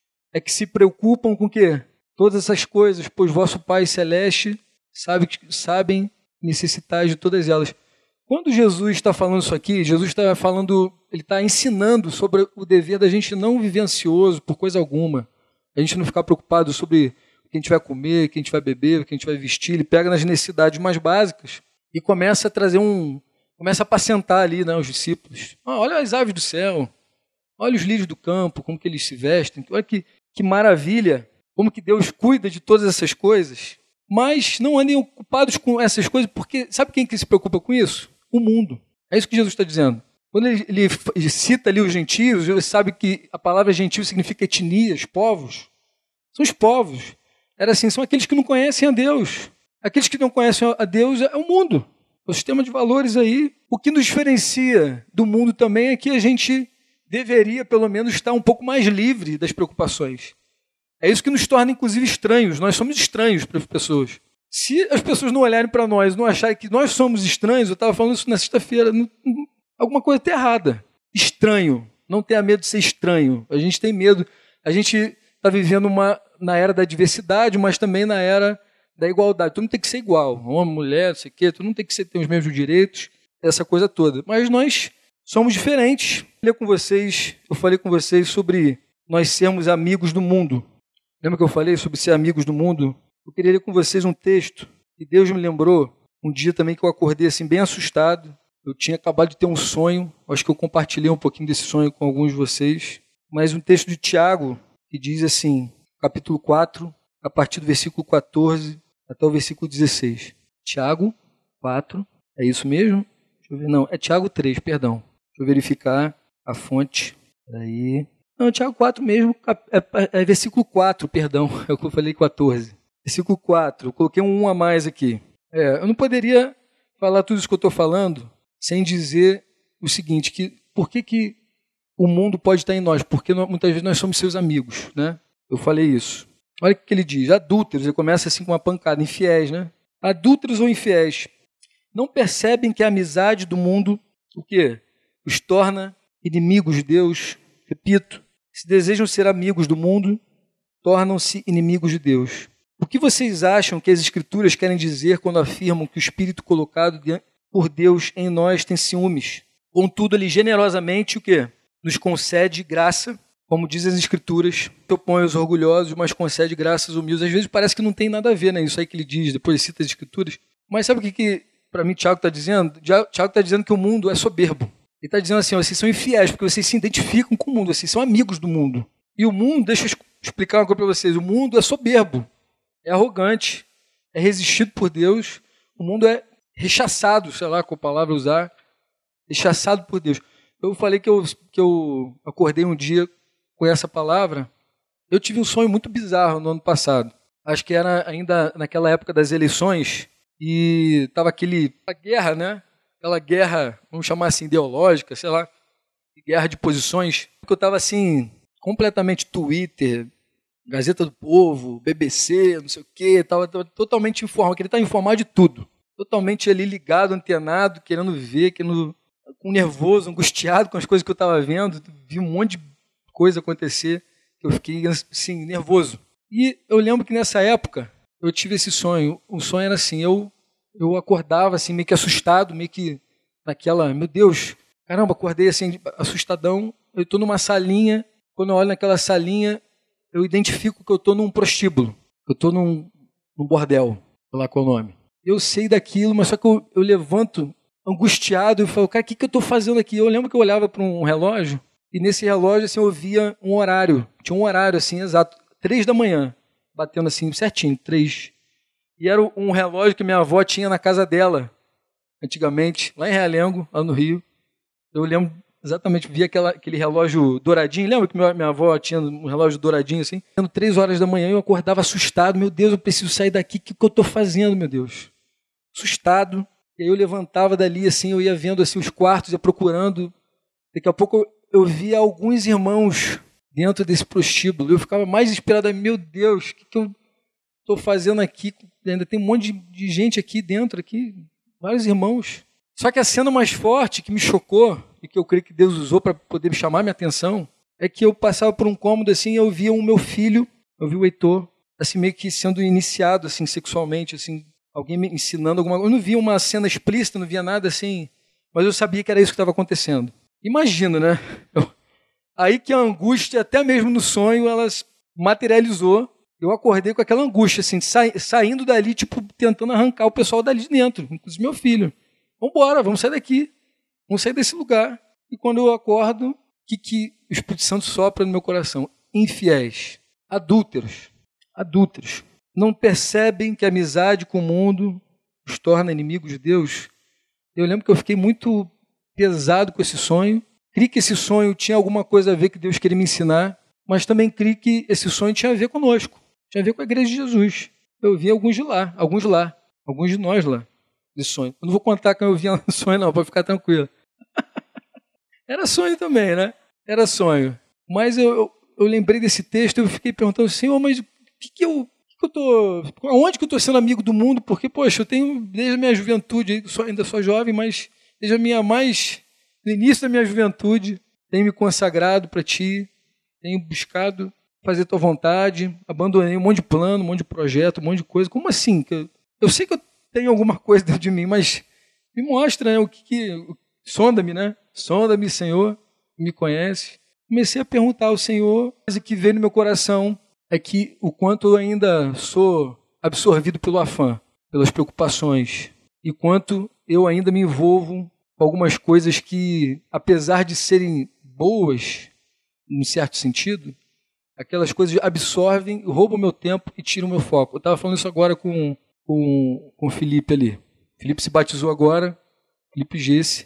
é que se preocupam com o quê? Todas essas coisas, pois vosso Pai Celeste sabe, sabem necessitar de todas elas. Quando Jesus está falando isso aqui, Jesus está falando, ele está ensinando sobre o dever da gente não viver ansioso por coisa alguma. A gente não ficar preocupado sobre o que a gente vai comer, o que a gente vai beber, o que a gente vai vestir. Ele pega nas necessidades mais básicas e começa a trazer um... Começa a apacentar ali, né, os discípulos. Ah, olha as aves do céu, olha os lírios do campo, como que eles se vestem. Olha que, que maravilha, como que Deus cuida de todas essas coisas. Mas não andem ocupados com essas coisas, porque sabe quem que se preocupa com isso? O mundo. É isso que Jesus está dizendo. Quando ele, ele cita ali os gentios, ele sabe que a palavra gentio significa etnias, povos. São os povos. Era assim, são aqueles que não conhecem a Deus. Aqueles que não conhecem a Deus é o mundo. O sistema de valores aí. O que nos diferencia do mundo também é que a gente deveria, pelo menos, estar um pouco mais livre das preocupações. É isso que nos torna, inclusive, estranhos. Nós somos estranhos para as pessoas. Se as pessoas não olharem para nós, não acharem que nós somos estranhos, eu estava falando isso na sexta-feira, alguma coisa está errada. Estranho. Não tenha medo de ser estranho. A gente tem medo. A gente está vivendo uma, na era da diversidade, mas também na era da igualdade. Todo mundo tem que ser igual. Homem, mulher, não sei o quê. Todo mundo tem que ser, ter os mesmos direitos. Essa coisa toda. Mas nós somos diferentes. Eu falei com vocês, eu falei com vocês sobre nós sermos amigos do mundo. Lembra que eu falei sobre ser amigos do mundo? Eu queria ler com vocês um texto que Deus me lembrou um dia também que eu acordei assim bem assustado. Eu tinha acabado de ter um sonho. Acho que eu compartilhei um pouquinho desse sonho com alguns de vocês. Mas um texto de Tiago que diz assim, capítulo quatro, a partir do versículo quatorze até o versículo dezesseis. Tiago quatro, é isso mesmo? Deixa eu ver. Não, é Tiago três, perdão. Deixa eu verificar a fonte. Aí. Não, Tiago quatro mesmo, é, é, é versículo quatro, perdão, é o que eu falei quatorze. Versículo quatro, eu coloquei um um a mais aqui. É, eu não poderia falar tudo isso que eu estou falando sem dizer o seguinte, que por que, que o mundo pode estar em nós? Porque nós, muitas vezes nós somos seus amigos, né? Eu falei isso. Olha o que ele diz, adúlteros, ele começa assim com uma pancada, infiéis, né? Adúlteros ou infiéis, não percebem que a amizade do mundo, o quê? Os torna inimigos de Deus. Repito, se desejam ser amigos do mundo, tornam-se inimigos de Deus. O que vocês acham que as Escrituras querem dizer quando afirmam que o Espírito colocado por Deus em nós tem ciúmes? Contudo, ele generosamente o quê? Nos concede graça, como dizem as Escrituras, se opõe aos orgulhosos, mas concede graças aos humildes. Às vezes parece que não tem nada a ver, né? Isso aí que ele diz, depois cita as Escrituras. Mas sabe o que, que para mim, Tiago está dizendo? Tiago está dizendo que o mundo é soberbo. Ele está dizendo assim, ó, vocês são infiéis, porque vocês se identificam com o mundo, vocês são amigos do mundo. E o mundo, deixa eu explicar uma coisa para vocês, o mundo é soberbo, é arrogante, é resistido por Deus, o mundo é rechaçado, sei lá qual palavra usar, rechaçado por Deus. Eu falei que eu, que eu acordei um dia com essa palavra, eu tive um sonho muito bizarro no ano passado. Acho que era ainda naquela época das eleições, e estava aquele, a guerra, né? Aquela guerra, vamos chamar assim, ideológica, sei lá, guerra de posições, que eu estava assim, completamente Twitter, Gazeta do Povo, B B C, não sei o quê, estava totalmente informado, queria estar informado de tudo, totalmente ali ligado, antenado, querendo ver, querendo, com nervoso, angustiado com as coisas que eu estava vendo, vi um monte de coisa acontecer, Eu fiquei, assim, nervoso. E eu lembro que nessa época eu tive esse sonho. O sonho era assim, eu, eu acordava assim, meio que assustado, meio que naquela, meu Deus, caramba, acordei assim, assustadão. Eu estou numa salinha, quando eu olho naquela salinha, eu identifico que eu estou num prostíbulo, eu estou num, num bordel, sei lá qual é o nome. Eu sei daquilo, mas só que eu, eu levanto angustiado e falo, cara, o que, que eu estou fazendo aqui? Eu lembro que eu olhava para um relógio e nesse relógio assim, eu via um horário, tinha um horário assim, exato, três da manhã, batendo assim certinho, três. E era um relógio que minha avó tinha na casa dela, antigamente, lá em Realengo, lá no Rio. Eu lembro exatamente, via aquela, aquele relógio douradinho. Lembra que minha, minha avó tinha um relógio douradinho assim? Sendo três horas da manhã, eu acordava assustado. Meu Deus, eu preciso sair daqui. O que, que eu estou fazendo, meu Deus? Assustado. E aí eu levantava dali, assim, eu ia vendo assim, os quartos, ia procurando. Daqui a pouco eu, eu via alguns irmãos dentro desse prostíbulo. Eu ficava mais desesperado. Meu Deus, o que, que eu estou fazendo aqui? Ainda tem um monte de, de gente aqui dentro, aqui, vários irmãos. Só que a cena mais forte que me chocou e que eu creio que Deus usou para poder chamar minha atenção é que eu passava por um cômodo assim, e eu via o meu filho, eu vi o Heitor, assim meio que sendo iniciado assim sexualmente, assim, alguém me ensinando alguma coisa. Eu não via uma cena explícita, não via nada assim, mas eu sabia que era isso que estava acontecendo. Imagina, né? Eu, aí que a angústia, até mesmo no sonho, ela materializou. Eu acordei com aquela angústia, assim, sa, saindo dali, tipo, tentando arrancar o pessoal dali de dentro, inclusive meu filho. Vamos embora, vamos sair daqui, vamos sair desse lugar. E quando eu acordo, o que, que o Espírito Santo sopra no meu coração? Infiéis, adúlteros, adúlteros, não percebem que a amizade com o mundo os torna inimigos de Deus. Eu lembro que eu fiquei muito pesado com esse sonho. Criei que esse sonho tinha alguma coisa a ver que Deus queria me ensinar, mas também criei que esse sonho tinha a ver conosco, tinha a ver com a igreja de Jesus. Eu vi alguns de lá, alguns lá, alguns de nós lá. De sonho. Eu não vou contar quem eu via no sonho, não, para ficar tranquilo. Era sonho também, né? Era sonho. Mas eu, eu, eu lembrei desse texto e eu fiquei perguntando, Senhor, mas o que, que eu. Que que eu tô, aonde que eu estou sendo amigo do mundo? Porque, poxa, eu tenho desde a minha juventude, sou, ainda sou jovem, mas desde a minha mais. No início da minha juventude, tenho me consagrado para Ti, tenho buscado fazer Tua vontade, abandonei um monte de plano, um monte de projeto, um monte de coisa. Como assim? Eu, eu sei que eu tem alguma coisa dentro de mim, mas me mostra, né, o que, que sonda-me, né? Sonda-me, Senhor, me conhece. Comecei a perguntar ao Senhor, mas o que veio no meu coração é que o quanto eu ainda sou absorvido pelo afã, pelas preocupações, e quanto eu ainda me envolvo com algumas coisas que, apesar de serem boas, num certo sentido, aquelas coisas absorvem, roubam o meu tempo e tiram o meu foco. Eu estava falando isso agora com Com, com o Felipe ali. O Felipe se batizou agora, Felipe Gesse,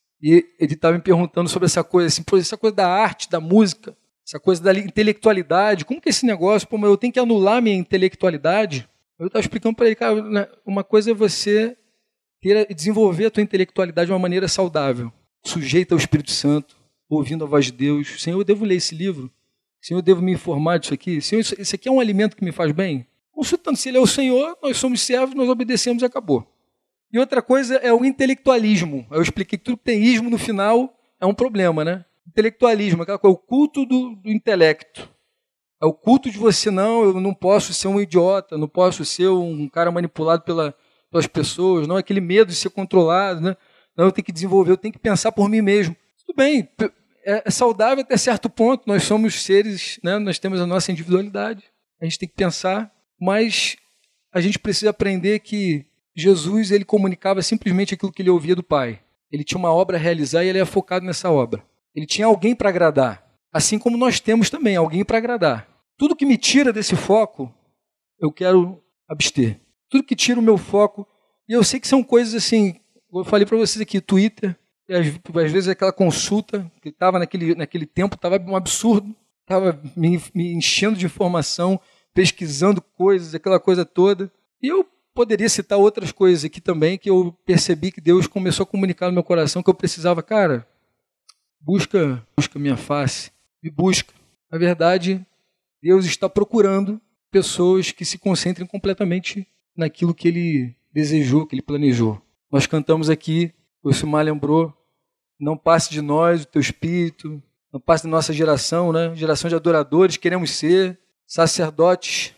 e ele estava me perguntando sobre essa coisa, assim, essa coisa da arte, da música, essa coisa da intelectualidade, como que é esse negócio? Pô, mas eu tenho que anular minha intelectualidade? Eu estava explicando para ele, cara, né, uma coisa é você ter, desenvolver a tua intelectualidade de uma maneira saudável, sujeita ao Espírito Santo, ouvindo a voz de Deus. Senhor, eu devo ler esse livro? Senhor, eu devo me informar disso aqui? Senhor, isso, isso aqui é um alimento que me faz bem? Consultando, se ele é o Senhor, nós somos servos, nós obedecemos e acabou. E outra coisa é o intelectualismo. Eu expliquei que tudo que tem ismo no final é um problema, né? Intelectualismo, aquela coisa, o culto do, do intelecto. É o culto de você, não, eu não posso ser um idiota, não posso ser um cara manipulado pela, pelas pessoas, não, aquele medo de ser controlado, né? Não, eu tenho que desenvolver, eu tenho que pensar por mim mesmo. Tudo bem, é, é saudável até certo ponto, nós somos seres, né? Nós temos a nossa individualidade, a gente tem que pensar. Mas a gente precisa aprender que Jesus ele comunicava simplesmente aquilo que ele ouvia do Pai. Ele tinha uma obra a realizar e ele era focado nessa obra. Ele tinha alguém para agradar, assim como nós temos também alguém para agradar. Tudo que me tira desse foco, eu quero abster. Tudo que tira o meu foco, e eu sei que são coisas assim, eu falei para vocês aqui, Twitter, às, às vezes aquela consulta que estava naquele, naquele tempo, estava um absurdo, estava me, me enchendo de informação, pesquisando coisas, aquela coisa toda. E eu poderia citar outras coisas aqui também, que eu percebi que Deus começou a comunicar no meu coração, que eu precisava, cara, busca, busca minha face, me busca. Na verdade, Deus está procurando pessoas que se concentrem completamente naquilo que Ele desejou, que Ele planejou. Nós cantamos aqui, o Silmar lembrou, não passe de nós o Teu Espírito, na parte da nossa geração, né? Geração de adoradores, queremos ser sacerdotes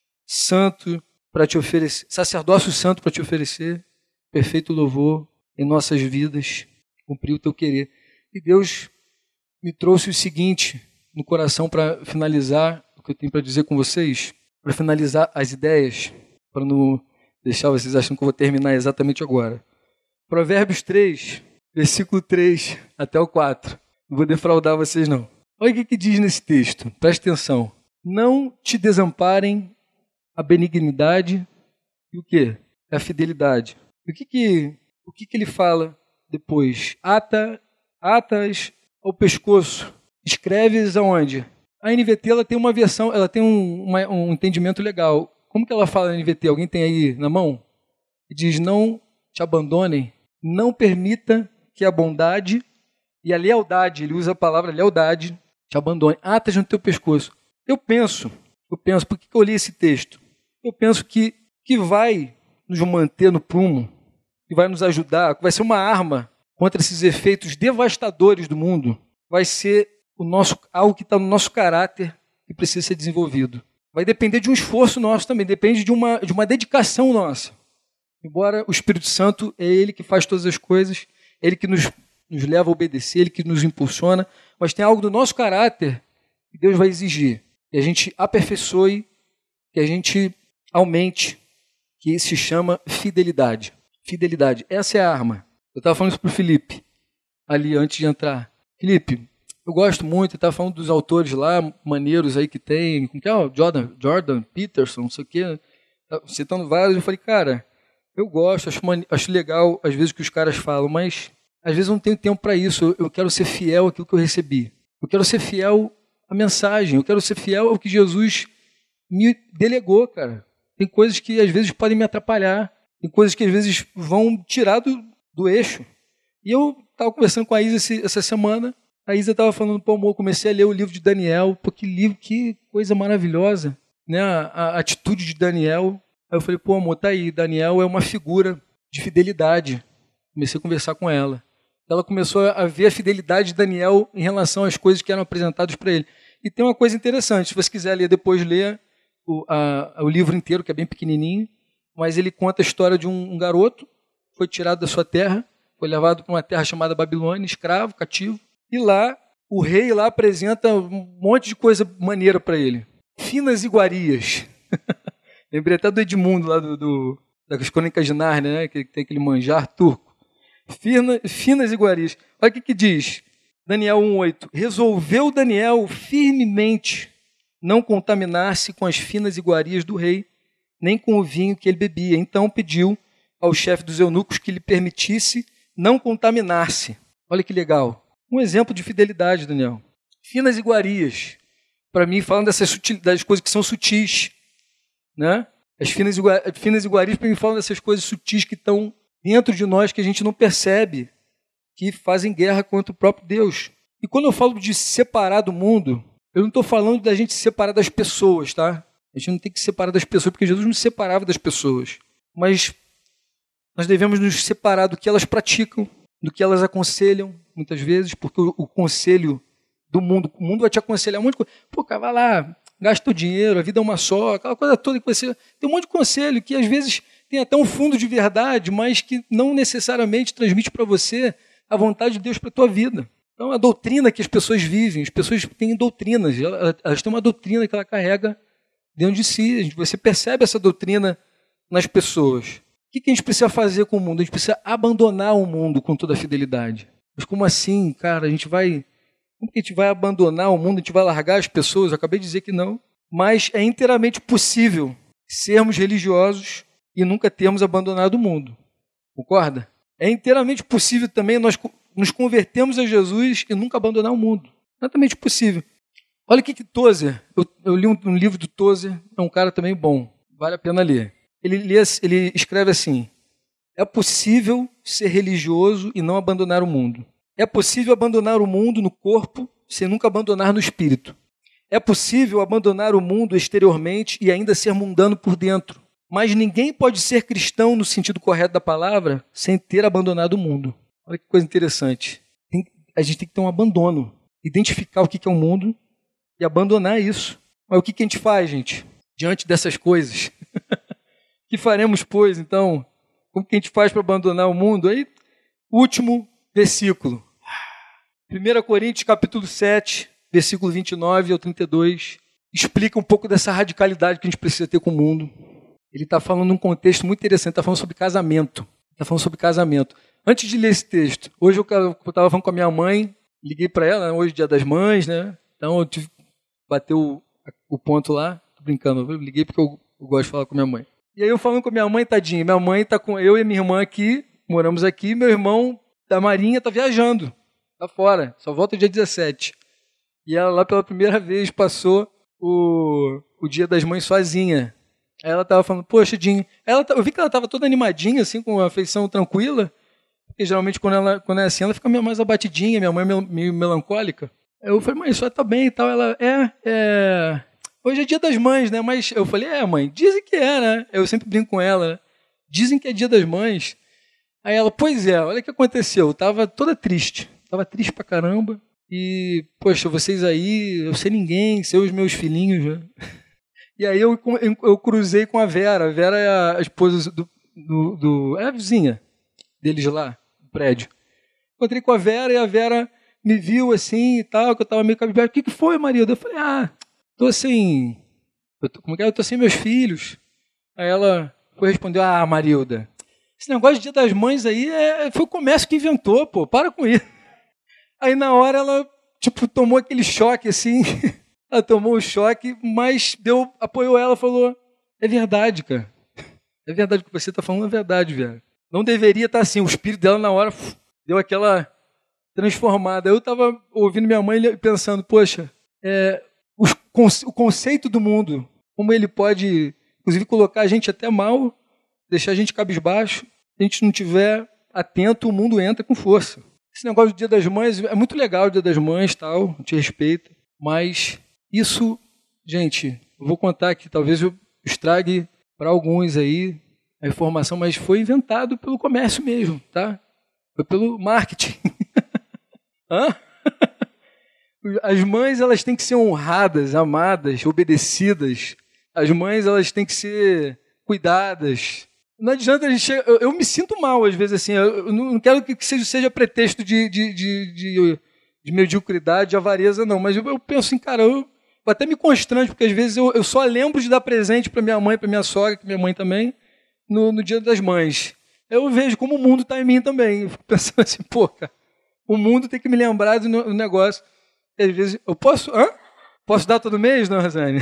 santo para te oferecer, sacerdócio santo para te oferecer perfeito louvor em nossas vidas, cumprir o teu querer. E Deus me trouxe o seguinte no coração para finalizar o que eu tenho para dizer com vocês, para finalizar as ideias, para não deixar vocês achando que eu vou terminar exatamente agora. Provérbios três, versículo três até o quatro. Não vou defraudar vocês, não. Olha o que, que diz nesse texto. Presta atenção. Não te desamparem a benignidade e o quê? A fidelidade. O que, que, o que, que ele fala depois? Ata, atas ao pescoço. Escreves aonde? A N V T ela tem uma versão, ela tem um, uma, um entendimento legal. Como que ela fala na N V T? Alguém tem aí na mão? E diz, não te abandonem, não permita que a bondade e a lealdade, ele usa a palavra lealdade, te abandone. Atas no teu pescoço. Eu penso, eu penso, por que eu li esse texto? Eu penso que que vai nos manter no prumo, que vai nos ajudar, que vai ser uma arma contra esses efeitos devastadores do mundo, vai ser o nosso, algo que está no nosso caráter e precisa ser desenvolvido. Vai depender de um esforço nosso também, depende de uma, de uma dedicação nossa. Embora o Espírito Santo é Ele que faz todas as coisas, Ele que nos, nos leva a obedecer, Ele que nos impulsiona, mas tem algo do nosso caráter que Deus vai exigir. Que a gente aperfeiçoe, que a gente aumente, que se chama fidelidade. Fidelidade, essa é a arma. Eu estava falando isso para o Felipe, ali antes de entrar. Felipe, eu gosto muito, eu estava falando dos autores lá, maneiros aí que tem, como que é? Jordan, Jordan Peterson, não sei o quê, citando vários, eu falei, cara, eu gosto, acho, acho legal às vezes o que os caras falam, mas às vezes eu não tenho tempo para isso, eu, eu quero ser fiel àquilo que eu recebi. Eu quero ser fiel à mensagem, eu quero ser fiel ao que Jesus me delegou, cara. Tem coisas que às vezes podem me atrapalhar, tem coisas que às vezes vão tirar do, do eixo. E eu estava conversando com a Isa esse, essa semana, a Isa estava falando, pô, amor, comecei a ler o livro de Daniel, pô, que livro, que coisa maravilhosa, né? A, a atitude de Daniel. Aí eu falei, pô, amor, tá aí, Daniel é uma figura de fidelidade. Comecei a conversar com ela. Ela começou a ver a fidelidade de Daniel em relação às coisas que eram apresentadas para ele. E tem uma coisa interessante, se você quiser ler depois, ler o, a, o livro inteiro, que é bem pequenininho, mas ele conta a história de um, um garoto que foi tirado da sua terra, foi levado para uma terra chamada Babilônia, escravo, cativo, e lá o rei lá apresenta um monte de coisa maneira para ele. Finas iguarias. Lembrei até do Edmundo, lá do, do, das Crônicas de Nárnia, né? Que tem aquele manjar turco. Fina, finas iguarias. Olha o que, que diz Daniel um oito. Resolveu Daniel firmemente não contaminar-se com as finas iguarias do rei, nem com o vinho que ele bebia. Então pediu ao chefe dos eunucos que lhe permitisse não contaminar-se. Olha que legal. Um exemplo de fidelidade, Daniel. Finas iguarias. Para mim, falando dessas sutil, das coisas que são sutis. Né? As finas, finas iguarias, para mim, falam dessas coisas sutis que estão dentro de nós, que a gente não percebe, que fazem guerra contra o próprio Deus. E quando eu falo de separar do mundo, eu não estou falando da gente se separar das pessoas, tá? A gente não tem que se separar das pessoas, porque Jesus nos separava das pessoas. Mas nós devemos nos separar do que elas praticam, do que elas aconselham, muitas vezes, porque o, o conselho do mundo, o mundo vai te aconselhar um monte de coisa. Pô, cara, vai lá, gasta o dinheiro, a vida é uma só, aquela coisa toda que você... Tem um monte de conselho que às vezes tem até um fundo de verdade, mas que não necessariamente transmite para você a vontade de Deus para a tua vida. Então, a doutrina que as pessoas vivem, as pessoas têm doutrinas, elas, elas têm uma doutrina que ela carrega dentro de si. Você percebe essa doutrina nas pessoas. O que a gente precisa fazer com o mundo? A gente precisa abandonar o mundo com toda a fidelidade. Mas como assim, cara? A gente vai... Como que a gente vai abandonar o mundo? A gente vai largar as pessoas? Eu acabei de dizer que não. Mas é inteiramente possível sermos religiosos e nunca termos abandonado o mundo. Concorda? É inteiramente possível também nós nos convertermos a Jesus e nunca abandonar o mundo. Exatamente possível. Olha o que que Tozer, eu, eu li um, um livro do Tozer, é um cara também bom, vale a pena ler. Ele, lê, ele escreve assim, é possível ser religioso e não abandonar o mundo. É possível abandonar o mundo no corpo sem nunca abandonar no espírito. É possível abandonar o mundo exteriormente e ainda ser mundano por dentro. Mas ninguém pode ser cristão no sentido correto da palavra sem ter abandonado o mundo. Olha que coisa interessante. Tem, a gente tem que ter um abandono. identificar o que é o mundo e abandonar isso. Mas o que a gente faz, gente, diante dessas coisas? O que faremos, pois, então? Como que a gente faz para abandonar o mundo? Aí, último versículo. primeira Coríntios, capítulo sete, versículo vinte e nove ao trinta e dois, explica um pouco dessa radicalidade que a gente precisa ter com o mundo. Ele está falando num contexto muito interessante, está falando sobre casamento. Está falando sobre casamento. Antes de ler esse texto, hoje eu estava falando com a minha mãe, liguei para ela, né, hoje é dia das mães, né? Então eu tive que bater o, o ponto lá, tô brincando, eu liguei porque eu, eu gosto de falar com a minha mãe. E aí eu falando com a minha mãe, tadinha, minha mãe está com eu e minha irmã aqui, moramos aqui, meu irmão da Marinha está viajando, está fora, só volta dia dezessete. E ela lá pela primeira vez passou o, o dia das mães sozinha. Aí ela estava falando, poxa, Dinho, ela, eu vi que ela estava toda animadinha, assim, com a feição tranquila, porque geralmente quando, ela, quando é assim, ela fica meio mais abatidinha, minha mãe é meio melancólica. Eu falei, mãe, só tá bem e tal. Ela, é, é, hoje é dia das mães, né? Mas eu falei, é, mãe, dizem que é, né? Eu sempre brinco com ela, né? Dizem que é dia das mães. Aí ela, pois é, olha o que aconteceu, eu tava toda triste, tava triste pra caramba, e, poxa, vocês aí, eu sei ninguém, sei os meus filhinhos, né? E aí eu, eu, eu cruzei com a Vera, a Vera é a esposa do, do, do é a vizinha deles lá, no prédio. Encontrei com a Vera e a Vera me viu assim e tal, que eu tava meio cabisbaixo. O que que foi, marido? Eu falei, ah, tô sem, eu tô, como é que é? Eu tô sem meus filhos. Aí ela foi responder, ah, Marilda, esse negócio de Dia das Mães aí é, foi o comércio que inventou, pô, para com isso. Aí na hora ela, tipo, tomou aquele choque assim, ela tomou o choque, mas deu, apoiou ela, falou, é verdade, cara, é verdade o que você tá falando, é verdade, velho. Não deveria estar assim, o espírito dela na hora uf, deu aquela transformada. Eu estava ouvindo minha mãe pensando, poxa, é, os, o conceito do mundo, como ele pode, inclusive, colocar a gente até mal, deixar a gente cabisbaixo, se a gente não estiver atento, o mundo entra com força. Esse negócio do Dia das Mães, é muito legal o Dia das Mães, tal, te respeito, mas isso, gente, eu vou contar aqui, talvez eu estrague para alguns aí a informação, mas foi inventado pelo comércio mesmo, tá? Foi pelo marketing. Hã? As mães, elas têm que ser honradas, amadas, obedecidas. As mães, elas têm que ser cuidadas. Não adianta a gente... Eu, eu me sinto mal, às vezes, assim. Eu, eu não quero que seja, seja pretexto de, de, de, de, de mediocridade, de avareza, não. Mas eu, eu penso assim, cara, eu, eu até me constranjo, porque às vezes eu, eu só lembro de dar presente para minha mãe, para minha sogra, que minha mãe também, no, no Dia das Mães. Eu vejo como o mundo está em mim também. Eu fico pensando assim, pô, cara, o mundo tem que me lembrar do negócio. E às vezes, eu posso... Hã? Posso dar todo mês, não, Rosane?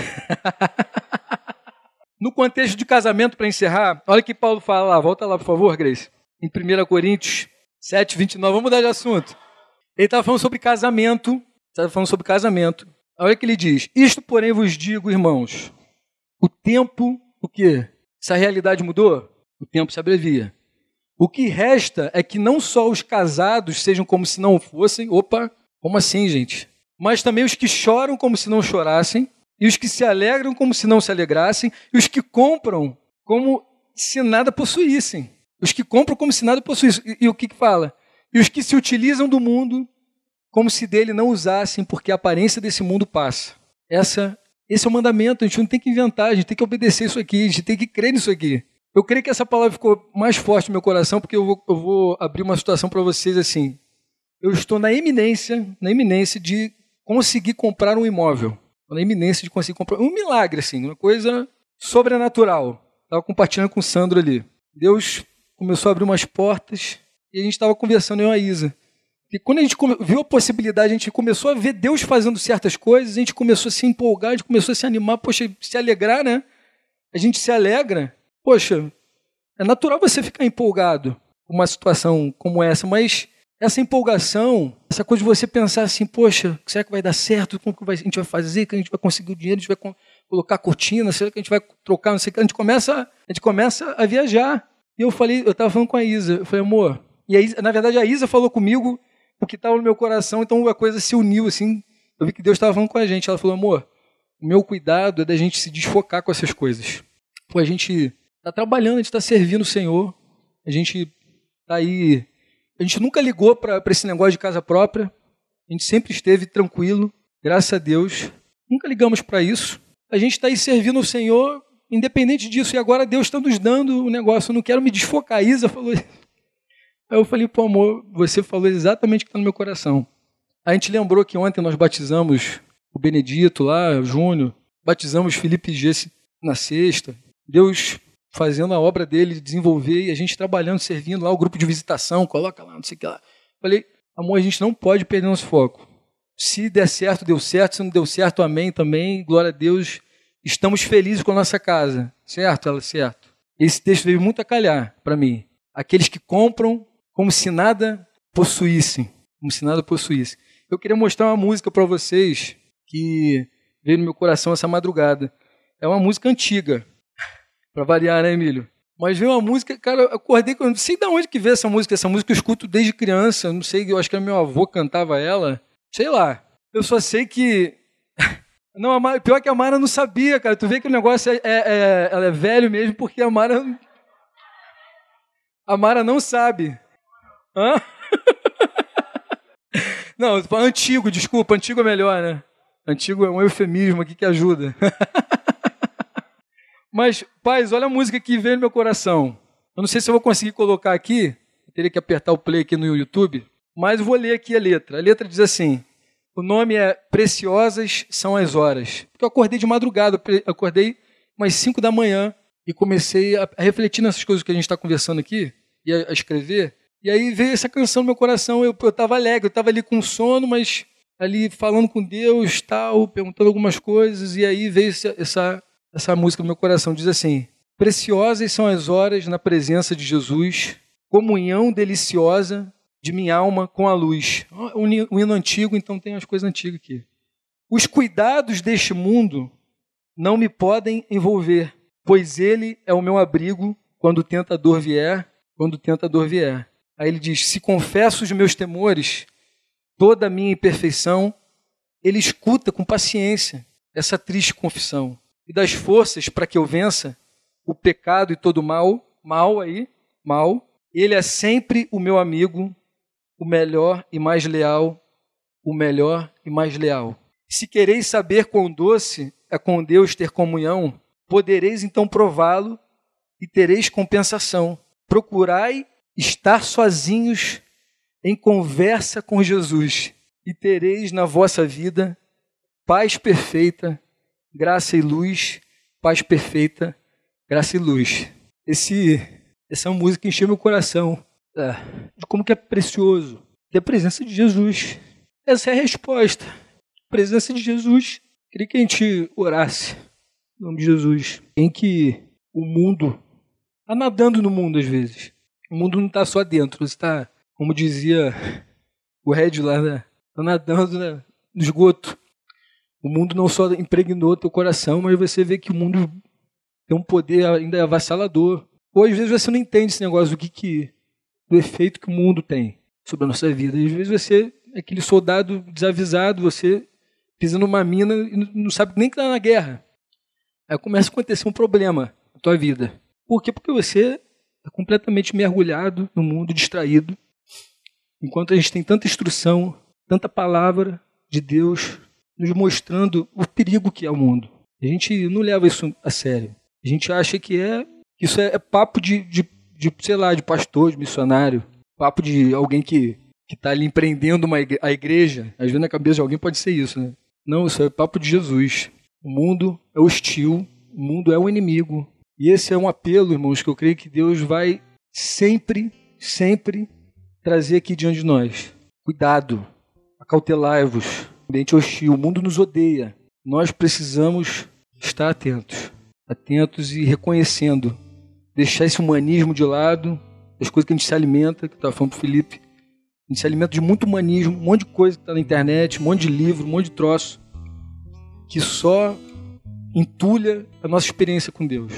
No contexto de casamento, para encerrar, olha o que Paulo fala lá. Volta lá, por favor, Grace. Em primeira Coríntios sete, vinte e nove. Vamos mudar de assunto. Ele estava falando sobre casamento. Estava falando sobre casamento. Olha o que ele diz. Isto, porém, vos digo, irmãos. O tempo, o quê? Se a realidade mudou, o tempo se abrevia. O que resta é que não só os casados sejam como se não fossem. Opa, como assim, gente? Mas também os que choram como se não chorassem, e os que se alegram como se não se alegrassem, e os que compram como se nada possuíssem. Os que compram como se nada possuíssem. E, e o que, que fala? E os que se utilizam do mundo como se dele não usassem, porque a aparência desse mundo passa. Essa, esse é o mandamento, a gente não tem que inventar, a gente tem que obedecer isso aqui, a gente tem que crer nisso aqui. Eu creio que essa palavra ficou mais forte no meu coração, porque eu vou, eu vou abrir uma situação para vocês assim. Eu estou na iminência, na iminência de conseguir comprar um imóvel. Na iminência de conseguir comprar um milagre, assim, uma coisa sobrenatural. Estava compartilhando com o Sandro ali. Deus começou a abrir umas portas e a gente estava conversando, eu e a Isa. E quando a gente viu a possibilidade, a gente começou a ver Deus fazendo certas coisas, a gente começou a se empolgar, a gente começou a se animar, poxa, se alegrar, né? A gente se alegra. Poxa, é natural você ficar empolgado com uma situação como essa, mas essa empolgação, essa coisa de você pensar assim, poxa, será que vai dar certo? Como que a gente vai fazer? Que a gente vai conseguir o dinheiro? A gente vai colocar cortina? Será que a gente vai trocar? Não sei o que. A gente começa, a gente começa a viajar. E eu falei, eu estava falando com a Isa, eu falei, amor, e a Isa, na verdade a Isa falou comigo o que estava no meu coração, então a coisa se uniu assim. Eu vi que Deus estava falando com a gente. Ela falou, amor, o meu cuidado é da gente se desfocar com essas coisas. Pô, a gente está trabalhando, a gente está servindo o Senhor, a gente está aí. A gente nunca ligou para esse negócio de casa própria. A A gente sempre esteve tranquilo, graças a Deus. Nunca ligamos para isso. A gente está aí servindo o Senhor, independente disso. E agora Deus está nos dando o negócio. Eu não quero me desfocar. A Isa falou isso. Aí eu falei, pô, amor, você falou exatamente o que está no meu coração. A gente lembrou que ontem nós batizamos o Benedito lá, o Júnior. Batizamos Felipe Gesse na sexta. Deus fazendo a obra dele, desenvolver, e a gente trabalhando, servindo lá, o grupo de visitação, coloca lá, não sei o que lá. Falei, amor, a gente não pode perder nosso foco. Se der certo, deu certo. Se não deu certo, amém também. Glória a Deus. Estamos felizes com a nossa casa. Certo? Ela, certo. Esse texto veio muito a calhar para mim. Aqueles que compram como se nada possuíssem. Como se nada possuíssem. Eu queria mostrar uma música para vocês que veio no meu coração essa madrugada. É uma música antiga. Para variar, né, Emílio? Mas veio uma música, cara, eu acordei, eu não sei de onde que veio essa música. Essa música eu escuto desde criança. Não sei, eu acho que meu avô cantava ela. Sei lá. Eu só sei que... Não, a Mara, pior que a Mara não sabia, cara. Tu vê que o negócio é, é, é, ela é velho mesmo, porque a Mara... A Mara não sabe. Hã? Não, eu tô falando antigo, desculpa. Antigo é melhor, né? Antigo é um eufemismo aqui que ajuda. Mas, pais, olha a música que veio no meu coração. Eu não sei se eu vou conseguir colocar aqui. Eu teria que apertar o play aqui no YouTube. Mas eu vou ler aqui a letra. A letra diz assim... O nome é Preciosas São as Horas. Porque eu acordei de madrugada, eu acordei umas cinco da manhã e comecei a refletir nessas coisas que a gente está conversando aqui e a, a escrever. E aí veio essa canção no meu coração. Eu estava alegre, eu estava ali com sono, mas ali falando com Deus, tal, perguntando algumas coisas. E aí veio essa, essa, essa música no meu coração. Diz assim: Preciosas são as horas na presença de Jesus, comunhão deliciosa de minha alma com a luz. Um hino antigo, então tem as coisas antigas aqui. Os cuidados deste mundo não me podem envolver, pois ele é o meu abrigo quando o tentador vier, quando o tentador vier. Aí ele diz, se confesso os meus temores, toda a minha imperfeição, ele escuta com paciência essa triste confissão. E das forças para que eu vença o pecado e todo o mal, mal aí, mal, ele é sempre o meu amigo, o melhor e mais leal, o melhor e mais leal. Se quereis saber quão doce é com Deus ter comunhão, podereis então prová-lo e tereis compensação. Procurai estar sozinhos em conversa com Jesus e tereis na vossa vida paz perfeita, graça e luz, paz perfeita, graça e luz. Esse, essa música encheu meu coração. É, de como que é precioso ter a presença de Jesus. Essa é a resposta. A presença de Jesus. Queria que a gente orasse em nome de Jesus. Em que o mundo está nadando no mundo às vezes. O mundo não está só dentro. Você está, como dizia o Red lá, né? Está nadando, né? No esgoto. O mundo não só impregnou teu coração, mas você vê que o mundo tem um poder ainda avassalador. Ou às vezes você não entende esse negócio do que que do efeito que o mundo tem sobre a nossa vida. E às vezes você é aquele soldado desavisado, você pisa numa mina e não sabe nem que está na guerra. Aí começa a acontecer um problema na tua vida. Por quê? Porque você está completamente mergulhado no mundo, distraído. Enquanto a gente tem tanta instrução, tanta palavra de Deus nos mostrando o perigo que é o mundo. A gente não leva isso a sério. A gente acha que é isso é, é papo de, de de, sei lá, de pastor, de missionário, papo de alguém que está ali empreendendo uma igre- a igreja, às vezes na cabeça de alguém pode ser isso, né? Não, isso é papo de Jesus. O mundo é hostil, o mundo é um inimigo. E esse é um apelo, irmãos, que eu creio que Deus vai sempre, sempre trazer aqui diante de nós. Cuidado, acautelai-vos, ambiente hostil, o mundo nos odeia. Nós precisamos estar atentos, atentos e reconhecendo, deixar esse humanismo de lado, as coisas que a gente se alimenta, que eu estava falando para o Felipe, a gente se alimenta de muito humanismo, um monte de coisa que está na internet, um monte de livro, um monte de troço, que só entulha a nossa experiência com Deus.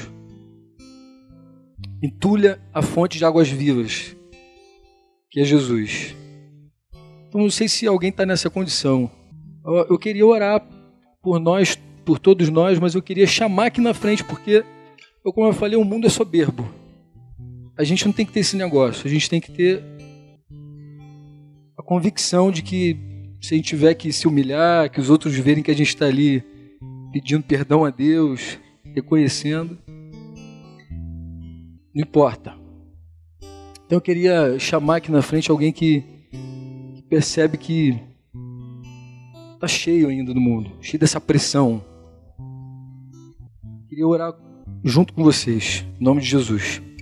Entulha a fonte de águas vivas, que é Jesus. Então, não sei se alguém está nessa condição. Eu, eu queria orar por nós, por todos nós, mas eu queria chamar aqui na frente, porque eu, como eu falei, o mundo é soberbo. A gente não tem que ter esse negócio. A gente tem que ter a convicção de que Se a gente tiver que se humilhar, que os outros verem que a gente está ali pedindo perdão a Deus, reconhecendo, não importa. Então eu queria chamar aqui na frente alguém que, que percebe que está cheio ainda do mundo, cheio dessa pressão. Queria orar junto com vocês, em nome de Jesus.